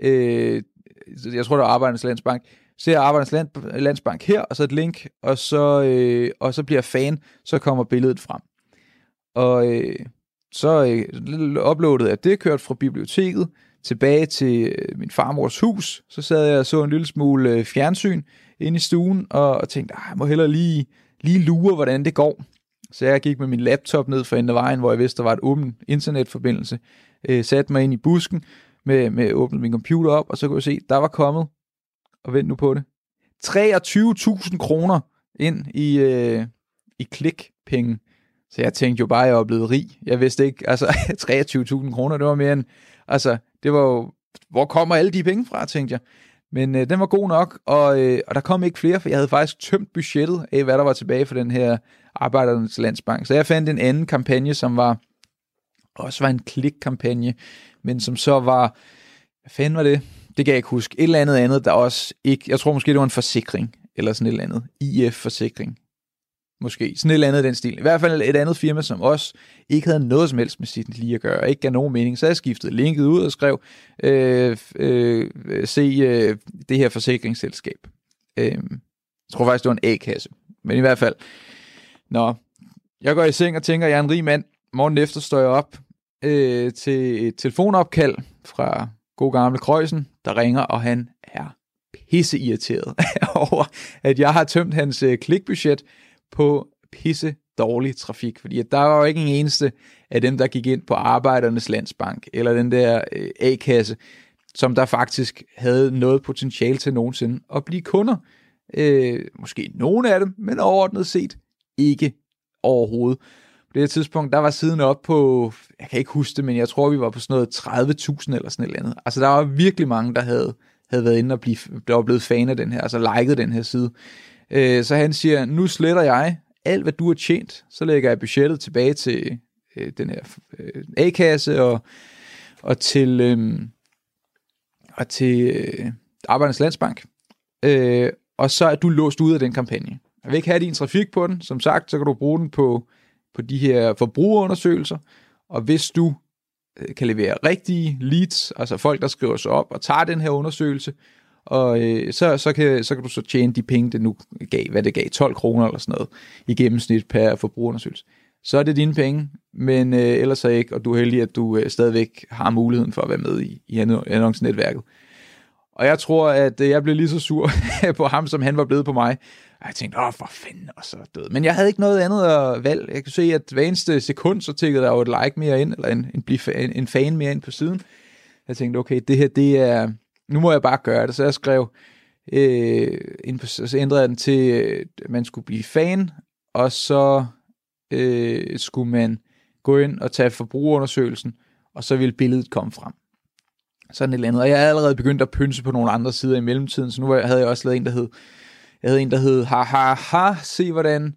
jeg tror, det var Arbejdernes Landsbank, ser Arbejdernes Landsbank her, og så et link, og så bliver fan, så kommer billedet frem. Og så uploadede jeg det, kørt fra biblioteket, tilbage til min farmors hus, så sad jeg og så en lille smule fjernsyn inde i stuen, og tænkte, jeg må hellere lige lure, hvordan det går. Så jeg gik med min laptop ned for enden af vejen, hvor jeg vidste, der var et åbent internetforbindelse, satte mig ind i busken, med åbnet min computer op, og så kunne jeg se, der var kommet, og vent nu på det, 23.000 kroner ind i klikpenge. Så jeg tænkte jo bare, at jeg var blevet rig. Jeg vidste ikke, altså 23.000 kroner, det var mere end, altså det var jo, hvor kommer alle de penge fra, tænkte jeg. Men den var god nok, og der kom ikke flere, for jeg havde faktisk tømt budgettet af, hvad der var tilbage for den her Arbejdernes Landsbank. Så jeg fandt en anden kampagne, som også var en klikkampagne, men som så var, hvad fanden var det? Det kan jeg ikke huske. Et eller andet, der også ikke, jeg tror måske det var en forsikring, eller sådan et eller andet, IF-forsikring. Måske, sådan et eller andet i den stil. I hvert fald et andet firma, som også ikke havde noget som helst med Sydney Lee at gøre, og ikke gav nogen mening. Så jeg skiftede linket ud og skrev, se det her forsikringsselskab. Jeg tror faktisk, det var en A-kasse. Men i hvert fald, jeg går i seng og tænker, jeg er en rig mand. Morgen efter står jeg op til et telefonopkald fra god gamle Krøjsen, der ringer, og han er pisseirriteret over, at jeg har tømt hans klikbudget på pisse dårlig trafik, fordi der var jo ikke en eneste af dem, der gik ind på Arbejdernes Landsbank, eller den der A-kasse, som der faktisk havde noget potentiale til nogensinde at blive kunder. Måske nogle af dem, men overordnet set ikke overhovedet. På det her tidspunkt, der var siden op på, jeg kan ikke huske det, men jeg tror, vi var på sådan noget 30.000 eller sådan et eller andet. Altså, der var virkelig mange, der havde været inde og der var blevet fan af den her, altså liket den her side. Så han siger, nu sletter jeg alt, hvad du har tjent, så lægger jeg budgettet tilbage til den her A-kasse og til Arbejdernes Landsbank, og så er du låst ud af den kampagne. Jeg vil ikke have din trafik på den, som sagt, så kan du bruge den på de her forbrugerundersøgelser, og hvis du kan levere rigtige leads, altså folk, der skriver sig op og tager den her undersøgelse, og så kan du så tjene de penge, det nu gav, hvad det gav, 12 kroner eller sådan noget, i gennemsnit per forbrugerundersøgelse. Så er det dine penge, men ellers er ikke, og du er heldig, at du stadigvæk har muligheden for at være med i annoncenetværket. Og jeg tror, at jeg blev lige så sur på ham, som han var blevet på mig. Og jeg tænkte, for fanden, og så død. Men jeg havde ikke noget andet valg. Jeg kan se, at hver eneste sekund, så tikkede der jo et like mere ind, eller en fan mere ind på siden. Jeg tænkte, okay, det her, det er, nu må jeg bare gøre det. Så jeg skrev, så ændrede jeg den til, at man skulle blive fan, og så skulle man gå ind og tage forbrugerundersøgelsen, og så ville billedet komme frem. Sådan et eller andet. Og jeg havde allerede begyndt at pynse på nogle andre sider i mellemtiden, så nu havde jeg også lavet en, der hed hahaha, se hvordan,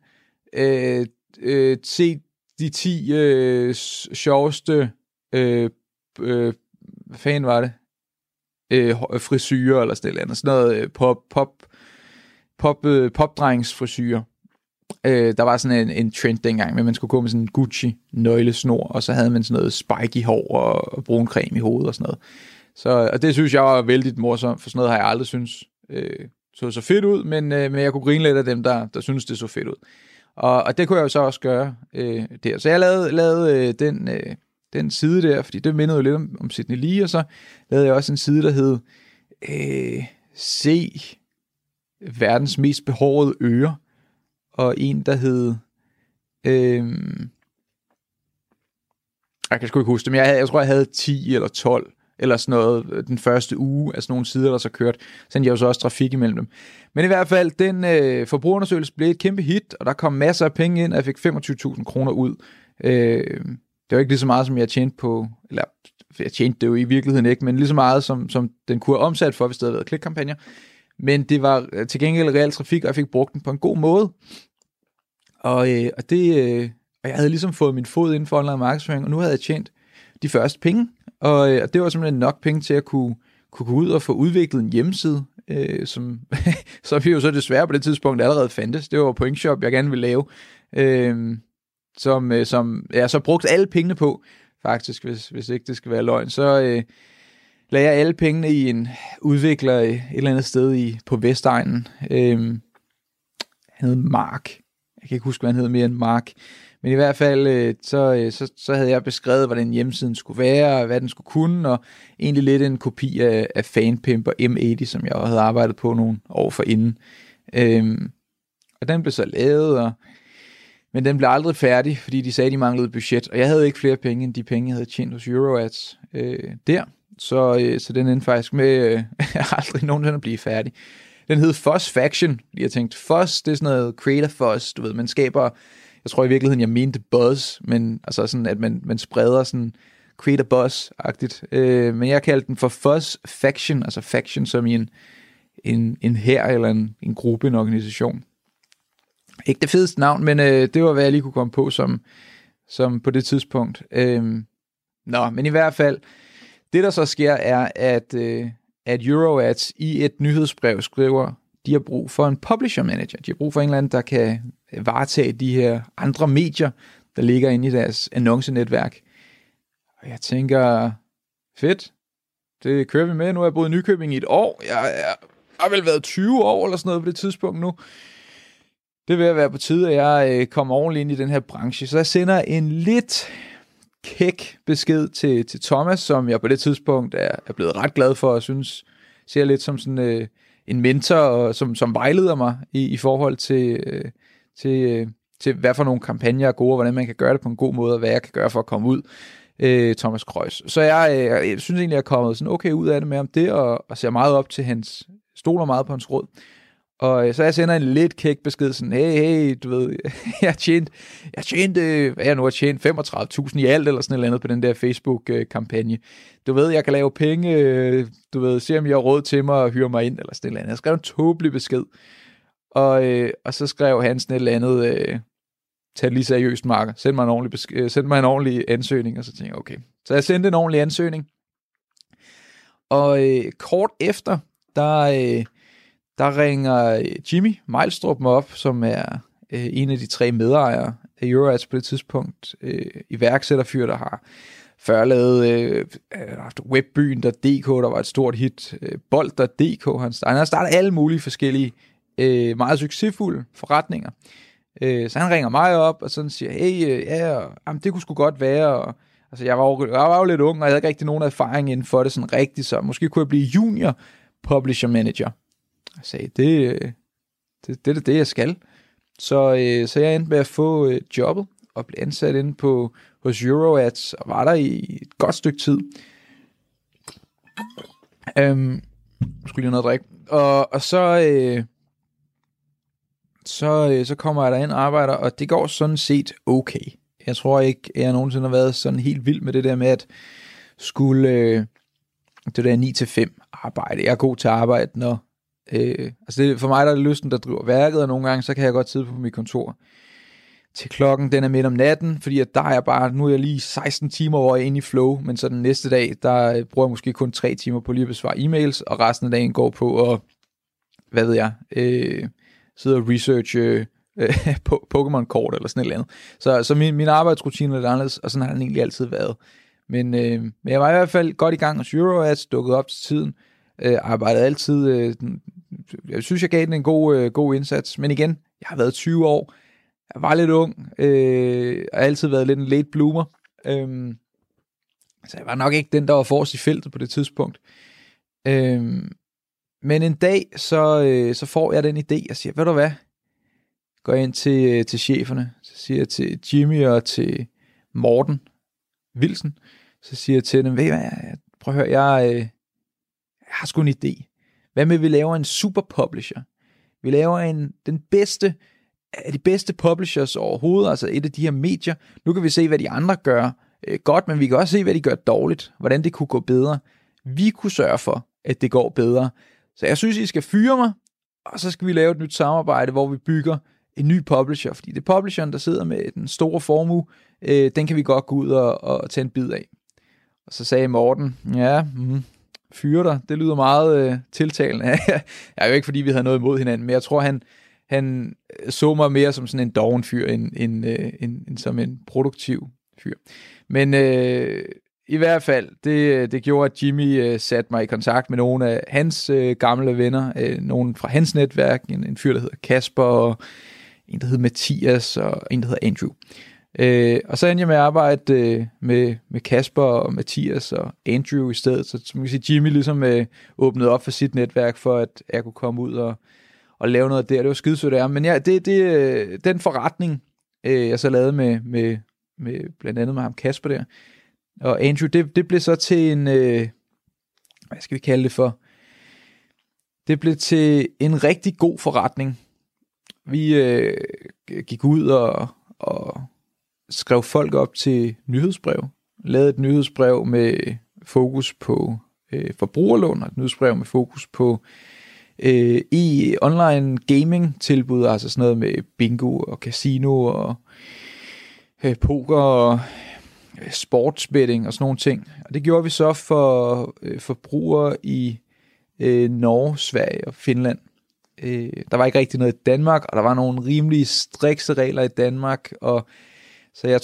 se de 10 sjoveste, hvad fanden var det? Frisyrer eller sådan noget. Sådan noget popdrengsfrisyrer. Der var sådan en trend dengang, men man skulle gå med sådan en Gucci nøglesnor, og så havde man sådan noget spiky hår og brun creme i hovedet og sådan noget. Og det synes jeg var vældig morsomt, for sådan noget har jeg aldrig synes så fedt ud, men jeg kunne grine lidt af dem, der synes det så fedt ud. Og det kunne jeg jo så også gøre der. Så jeg lavede den side der, fordi det mindede jo lidt om Sydney Lee, og så lavede jeg også en side, der hed se verdens mest behårede ører, og en, der hed Jeg kan sgu ikke huske det, men jeg tror, jeg havde 10 eller 12 eller sådan noget den første uge af sådan nogle sider, der så kørte. Så jeg jo så også trafik imellem dem. Men i hvert fald, den forbrugerundersøgelse blev et kæmpe hit, og der kom masser af penge ind, og jeg fik 25.000 kroner ud. Det var ikke lige så meget, som jeg tjente på, eller jeg tjente det jo i virkeligheden ikke, men lige så meget, som den kunne have omsat for, hvis det havde været klikkampagner. Men det var til gengæld reel trafik, og jeg fik brugt den på en god måde. Og jeg havde ligesom fået min fod inden for online markedsføring, og nu havde jeg tjent de første penge. Og det var simpelthen nok penge til at kunne gå ud og få udviklet en hjemmeside, som vi jo så desværre på det tidspunkt allerede fandtes. Det var Pointshop, jeg gerne ville lave, som jeg så brugte alle pengene på, faktisk, hvis ikke det skal være løgn. Så lagde jeg alle pengene i en udvikler et eller andet sted på Vestegnen. Han hed Mark. Jeg kan ikke huske, hvad han hed mere end Mark. Men i hvert fald, så havde jeg beskrevet, hvordan hjemmesiden skulle være, og hvad den skulle kunne, og egentlig lidt en kopi af Fanpimp og M80, som jeg havde arbejdet på nogle år forinden. Og den blev så lavet, men den blev aldrig færdig, fordi de sagde, de manglede budget, og jeg havde ikke flere penge, end de penge, jeg havde tjent hos Euroads der. Så den endte faktisk med aldrig nogensinde at blive færdig. Den hed Fuzz Faction, fordi jeg tænkte, Fuzz, det er sådan noget creator fuzz, du ved, man skaber, jeg tror i virkeligheden, jeg mente buzz, men altså sådan, at man spreder sådan creator buzz-agtigt. Men jeg kaldte den for Fuzz Faction, altså faction som i en hær eller en gruppe, en organisation. Ikke det fedeste navn, men det var, hvad jeg lige kunne komme på som på det tidspunkt. Men i hvert fald, det der så sker er, at Euroads i et nyhedsbrev skriver, de har brug for en publisher manager. De har brug for en eller anden, der kan varetage de her andre medier, der ligger inde i deres annoncenetværk. Og jeg tænker, fedt, det kører vi med. Nu har jeg boet i Nykøbing i et år. Jeg har vel været 20 år eller sådan noget på det tidspunkt nu. Det vil være på tide, at jeg kommer ordentligt ind i den her branche. Så jeg sender en lidt kæk besked til Thomas, som jeg på det tidspunkt er blevet ret glad for, og synes, ser lidt som sådan en mentor, og som vejleder mig i forhold til hvad for nogle kampagner er gode, og hvordan man kan gøre det på en god måde, og hvad jeg kan gøre for at komme ud, Thomas Krøis. Så jeg synes egentlig, jeg er kommet sådan okay ud af det med om det, og ser meget op til stoler meget på hans råd. Og så jeg sender en lidt kæk besked, sådan, hey, du ved, jeg tjente, hvad jeg nu har tjent, 35.000 i alt, eller sådan et eller andet på den der Facebook-kampagne. Du ved, jeg kan lave penge, du ved, se om jeg har råd til mig og hyre mig ind, eller sådan et eller andet. Jeg skrev en tåbelig besked, og så skrev han sådan et eller andet, tag det lige seriøst, Marker, send mig en ordentlig ansøgning, og så tænkte jeg, okay. Så jeg sendte en ordentlig ansøgning, og kort efter, der ringer Jimmy Mejlstrup mig op, som er en af de 3 medejere af Euroads på det tidspunkt. Iværksætterfyr, der har før lavet webbyen.dk, der var et stort hit. Bold.dk, han har startet alle mulige forskellige, meget succesfulde forretninger. Så han ringer mig op og sådan siger, hey, det kunne sgu godt være. Og, altså, jeg var jo lidt ung, og jeg havde ikke rigtig nogen erfaring inden for det sådan rigtigt, så måske kunne jeg blive junior publisher manager. Jeg sagde, det er det, jeg skal. Så jeg endte med at få jobbet og blev ansat inde hos Euroads og var der i et godt stykke tid. Skulle lige noget at drikke. Og så kommer jeg derind og arbejder, og det går sådan set okay. Jeg tror ikke, jeg nogensinde har været sådan helt vild med det der med at skulle det der 9-5 arbejde. Jeg er god til at arbejde, når for mig der er det lysten, der driver værket, og nogle gange så kan jeg godt sidde på mit kontor til klokken, den er midt om natten, fordi at der er jeg bare, nu er jeg lige 16 timer, hvor jeg er inde i flow, men så den næste dag, der bruger jeg måske kun 3 timer på lige at besvare e-mails, og resten af dagen går på at, hvad ved jeg, sidde og researche Pokémon-kort eller sådan et eller andet. Så min arbejdsrutine er lidt anderledes, og sådan har den egentlig altid været. Men jeg var i hvert fald godt i gang hos Euroads, dukket op til tiden, arbejdede altid, jeg synes jeg gav den en god indsats, men igen, jeg har været 20 år, jeg var lidt ung, og har altid været lidt en late bloomer, så jeg var nok ikke den, der var forrest i feltet på det tidspunkt, men en dag, så får jeg den idé, jeg siger, ved du hvad, går ind til cheferne, så Så siger jeg til Jimmy og til Morten Wilson, så siger jeg til dem, ved I hvad, prøv at høre, jeg har sgu en idé. Hvad med, vi laver en super publisher? Vi laver den bedste af de bedste publishers overhovedet, altså et af de her medier. Nu kan vi se, hvad de andre gør godt, men vi kan også se, hvad de gør dårligt, hvordan det kunne gå bedre. Vi kunne sørge for, at det går bedre. Så jeg synes, I skal fyre mig, og så skal vi lave et nyt samarbejde, hvor vi bygger en ny publisher, fordi det er publisheren, der sidder med den store formue, den kan vi godt gå ud og tage en bid af. Og så sagde Morten, fyre dig, det lyder meget tiltalende. Jeg er jo ikke, fordi vi havde noget imod hinanden, men jeg tror, han så mig mere som sådan en doven fyr, end som en produktiv fyr. Men i hvert fald, det gjorde, at Jimmy satte mig i kontakt med nogle af hans gamle venner, nogen fra hans netværk, en fyr, der hedder Kasper, og en, der hedder Mathias, og en, der hedder Andrew. Og så endte jeg med at arbejde med Kasper og Mathias og Andrew i stedet, så man kan sige, Jimmy ligesom åbnede op for sit netværk, for at jeg kunne komme ud og lave noget der. Det var skidesødt af ham. Men ja, den forretning, jeg så lavede med blandt andet med ham Kasper der, og Andrew, det blev så til en, hvad skal vi kalde det for? Det blev til en rigtig god forretning. Vi gik ud og skrev folk op til nyhedsbrev, lavede et nyhedsbrev med fokus på forbrugerlån, og et nyhedsbrev med fokus på online gaming tilbud, altså sådan noget med bingo og casino og poker og sportsbetting og sådan nogle ting. Og det gjorde vi så for forbrugere i Norge, Sverige og Finland. Der var ikke rigtig noget i Danmark, og der var nogle rimelig strikse regler i Danmark, og så jeg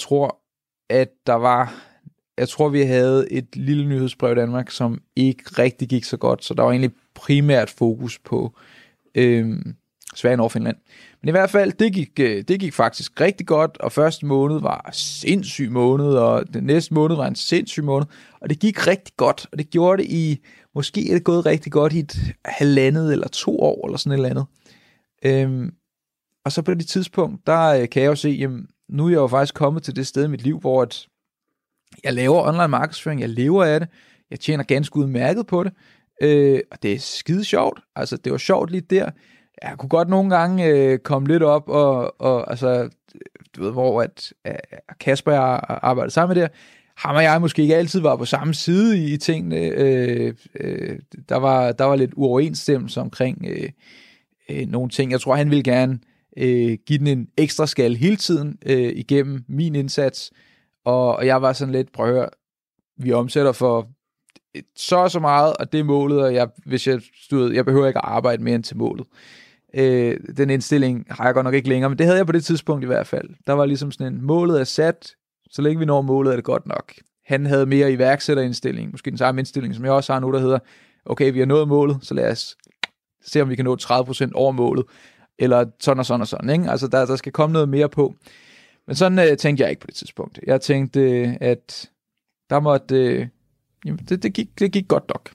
tror, vi havde et lille nyhedsbrev i Danmark, som ikke rigtig gik så godt, så der var egentlig primært fokus på Sverige, Norge og Finland. Men i hvert fald, det gik faktisk rigtig godt, og første måned var en sindssyg måned, og den næste måned var en sindssyg måned, og det gik rigtig godt, og det gjorde det måske er det gået rigtig godt i 1,5 eller 2 år, eller sådan et eller andet. Og så på det tidspunkt, der kan jeg jo se, jamen, nu er jeg jo faktisk kommet til det sted i mit liv, hvor jeg laver online markedsføring, jeg lever af det, jeg tjener ganske udmærket på det, og det er skide sjovt, altså det var sjovt lige der. Jeg kunne godt nogle gange komme lidt op, og altså, du ved, hvor at Kasper og jeg arbejdede sammen med der, ham og jeg måske ikke altid var på samme side i tingene. Der var lidt uoverensstemmelse omkring nogle ting. Jeg tror, han ville gerne give den en ekstra skal hele tiden igennem min indsats, og jeg var sådan lidt, prøv at høre, vi omsætter for så meget, og det er målet, og jeg behøver ikke at arbejde mere end til målet. Den indstilling har jeg godt nok ikke længere, men det havde jeg på det tidspunkt i hvert fald. Der var ligesom sådan en, målet er sat, så længe vi når målet, er det godt nok. Han havde mere iværksætterindstilling, måske den samme indstilling, som jeg også har nu, der hedder, okay, vi har nået målet, så lad os se, om vi kan nå 30% over målet, eller sådan og sådan og sådan, ikke? Altså, der skal komme noget mere på. Men sådan tænkte jeg ikke på det tidspunkt. Jeg tænkte, at der måtte, det gik godt nok.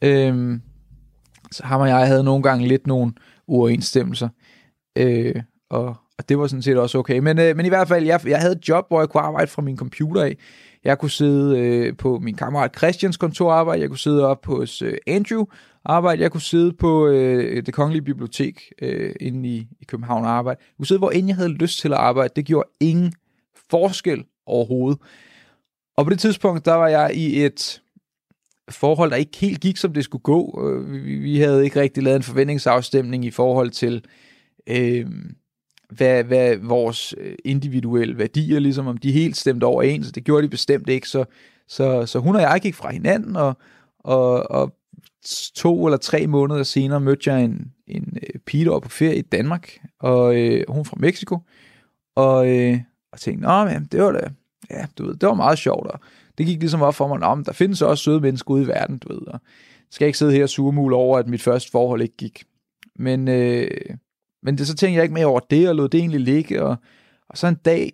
Så ham og jeg havde nogle gange lidt nogle uoverensstemmelser, og det var sådan set også okay. Men i hvert fald, jeg havde et job, hvor jeg kunne arbejde fra min computer af. Jeg kunne sidde på min kammerat Christians kontor arbejde, jeg kunne sidde op hos Andrew arbejde, jeg kunne sidde på det Kongelige Bibliotek inde i København arbejde. Jeg kunne sidde, hvor end jeg havde lyst til at arbejde. Det gjorde ingen forskel overhovedet. Og på det tidspunkt, der var jeg i et forhold, der ikke helt gik, som det skulle gå. Vi havde ikke rigtig lavet en forventningsafstemning i forhold til, hvad vores individuelle værdier, ligesom om de helt stemte overens. Det gjorde de bestemt ikke, så hun og jeg gik fra hinanden, og 2 eller 3 måneder senere mødte jeg en pige, der var på ferie i Danmark, og hun fra Mexico, og tænkte, men det var da, ja, du ved, det var meget sjovt, og det gik ligesom op for mig, der findes også søde mennesker ude i verden, du ved, og skal ikke sidde her og surmule over, at mit første forhold ikke gik. Men det, så tænkte jeg ikke mere over det, og lod det egentlig ligge, og så en dag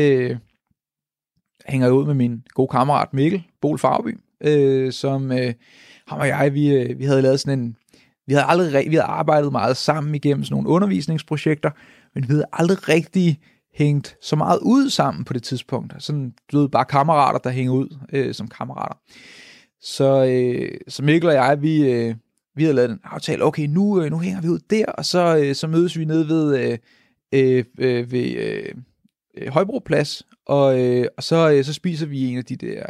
hænger jeg ud med min gode kammerat Mikkel Bol Farby, som ham og jeg, vi havde lavet sådan en, vi havde arbejdet meget sammen igennem sådan nogle undervisningsprojekter, men vi havde aldrig rigtig hængt så meget ud sammen på det tidspunkt. Sådan, du ved, bare kammerater, der hænger ud som kammerater. Så Mikkel og jeg, vi havde lavet en aftale. Okay, nu hænger vi ud der, og så mødes vi nede ved Højbroplads, og så spiser vi en af de der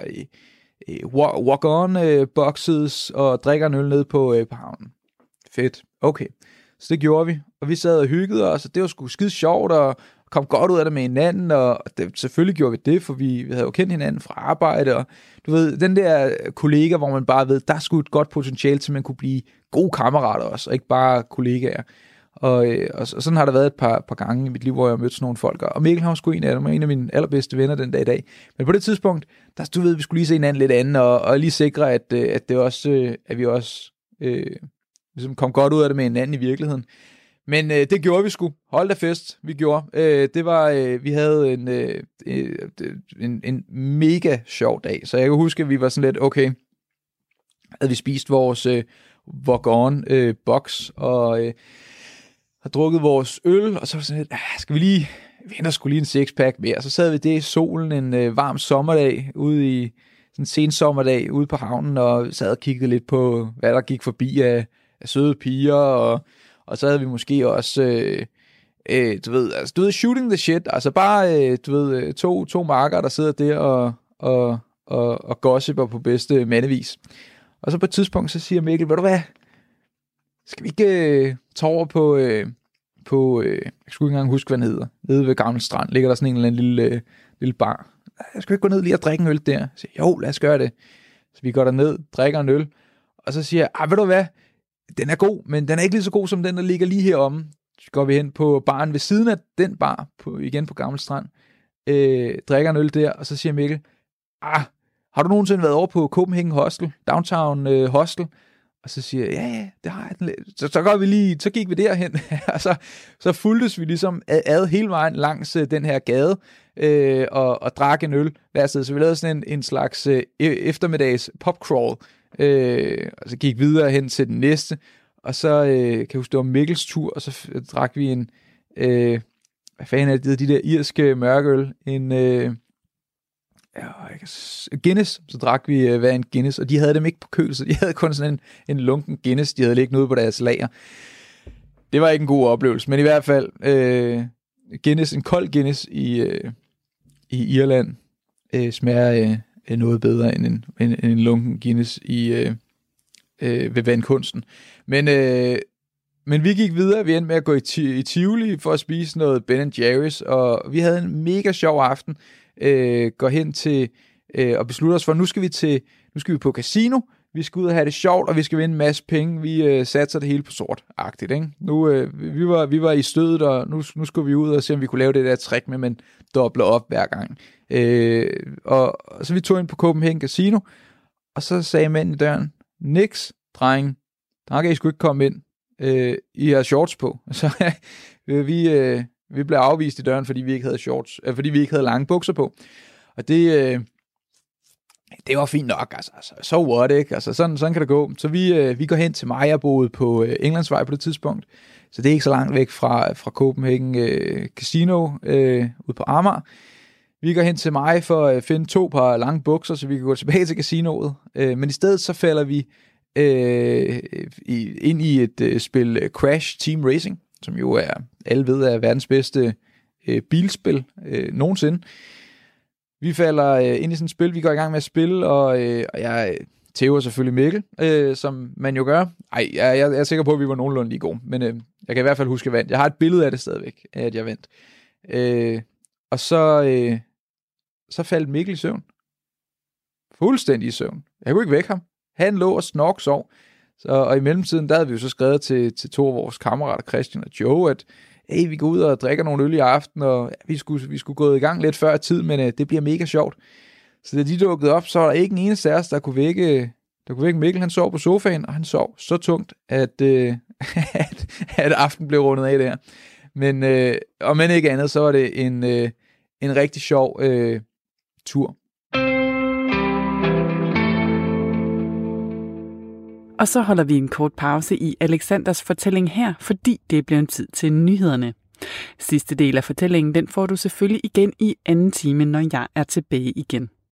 walk-on-boxes og drikker en øl nede på havnen. Fedt. Okay. Så det gjorde vi, og vi sad og hyggede os, og det var sgu skide sjovt, og kom godt ud af det med hinanden, og selvfølgelig gjorde vi det, for vi havde jo kendt hinanden fra arbejde, og du ved, den der kollega, hvor man bare ved, der er sgu et godt potentiale til, at man kunne blive gode kammerater også, og ikke bare kollegaer. Og sådan har der været et par gange i mit liv, hvor jeg har mødt sådan nogle folk, og Mikkel har sgu en af mine allerbedste venner den dag i dag. Men på det tidspunkt, der du ved, vi skulle lige se hinanden lidt anden, og lige sikre, at vi også ligesom kom godt ud af det med hinanden i virkeligheden. Men det gjorde vi sgu. Hold da fest, vi gjorde. Det var, vi havde en mega sjov dag, så jeg kan huske, at vi var sådan lidt, okay, havde vi spist vores walk-on box, og har drukket vores øl, og så var sådan lidt, skal vi henter sgu lige en sixpack mere. Så sad vi det i solen en varm sommerdag, ude i sådan en sen sommerdag, ude på havnen, og sad og kiggede lidt på, hvad der gik forbi af søde piger, og så havde vi måske også, du ved, shooting the shit, altså bare, to marker, der sidder der og gossiper på bedste mandevis. Og så på et tidspunkt, så siger Mikkel, ved du hvad, skal vi ikke tage over på jeg skulle ikke engang huske, hvad den hedder, nede ved Gamle Strand, ligger der sådan en eller anden lille bar. Jeg skal ikke gå ned lige og drikke en øl der. Så siger, jo, lad os gøre det. Så vi går derned, drikker en øl, og så siger jeg, ved du hvad, den er god, men den er ikke lige så god som den, der ligger lige heromme. Så går vi hen på baren ved siden af den bar, igen på Gamle Strand, drikker en øl der, og så siger Mikkel, har du nogensinde været over på Copenhagen Hostel, Downtown Hostel? Og så siger jeg, ja, det har jeg. Så gik vi derhen, og så fulgtes vi ligesom ad hele vejen langs den her gade, og drak en øl hver sted. Så vi lavede sådan en slags eftermiddags popcrawl, og så gik videre hen til den næste, og så kan jeg huske, det var Mikkels tur, og så drak vi en, hvad fanden er det, de der irske mørkeøl, en Guinness, så drak vi hver en Guinness, og de havde dem ikke på køl, så de havde kun sådan en lunken Guinness, de havde liggende ude på deres lager. Det var ikke en god oplevelse, men i hvert fald Guinness, en kold Guinness i Irland smager noget bedre end en lunken Guinness ved vandkunsten. Men vi gik videre, vi endte med at gå i Tivoli for at spise noget Ben & Jerry's, og vi havde en mega sjov aften. Går hen til og beslutter os for, nu skal vi på casino, vi skal ud og have det sjovt, og vi skal vinde en masse penge, vi satser det hele på sort-agtigt, ikke? Nu, vi var i stødet, og nu skulle vi ud og se, om vi kunne lave det der trick med, man dobler op hver gang. Og så vi tog ind på Copenhagen Casino, og så sagde manden i døren, niks, drenge, der kan I sgu ikke komme ind, I har shorts på. Så vi blev afvist i døren, fordi vi ikke havde shorts, fordi vi ikke havde lange bukser på. Og det var fint nok, altså so what, ikke? Altså sådan kan det gå. Så vi går hen til mig, jeg boede på Englandsvej på det tidspunkt, så det er ikke så langt væk fra Copenhagen Casino ude på Amager. Vi går hen til mig for at finde 2 par lange bukser, så vi kan gå tilbage til casinoet. Men i stedet så falder vi ind i et spil Crash Team Racing, som jo alle ved er verdens bedste bilspil nogensinde. Vi falder ind i sådan et spil, vi går i gang med at spille, og jeg tæver selvfølgelig Mikkel, som man jo gør. Jeg er sikker på, at vi var nogenlunde lige gode, men jeg kan i hvert fald huske, at jeg vandt. Jeg har et billede af det stadigvæk, at jeg vandt. Og så faldt Mikkel i søvn. Fuldstændig i søvn. Jeg kunne ikke vække ham. Han lå og sov. Og i mellemtiden, der havde vi jo så skrevet til 2 af vores kammerater, Christian og Joe, at hey, vi går ud og drikker nogle øl i aften, og vi skulle gå i gang lidt før tid, men det bliver mega sjovt. Så da de dukkede op, så var der ikke en eneste af os, der kunne vække Mikkel. Han sov på sofaen, og han sov så tungt, at aften blev rundet af der. Men om end ikke andet, så var det en rigtig sjov tur. Og så holder vi en kort pause i Alexanders fortælling her, fordi det bliver en tid til nyhederne. Sidste del af fortællingen, den får du selvfølgelig igen i anden time, når jeg er tilbage igen.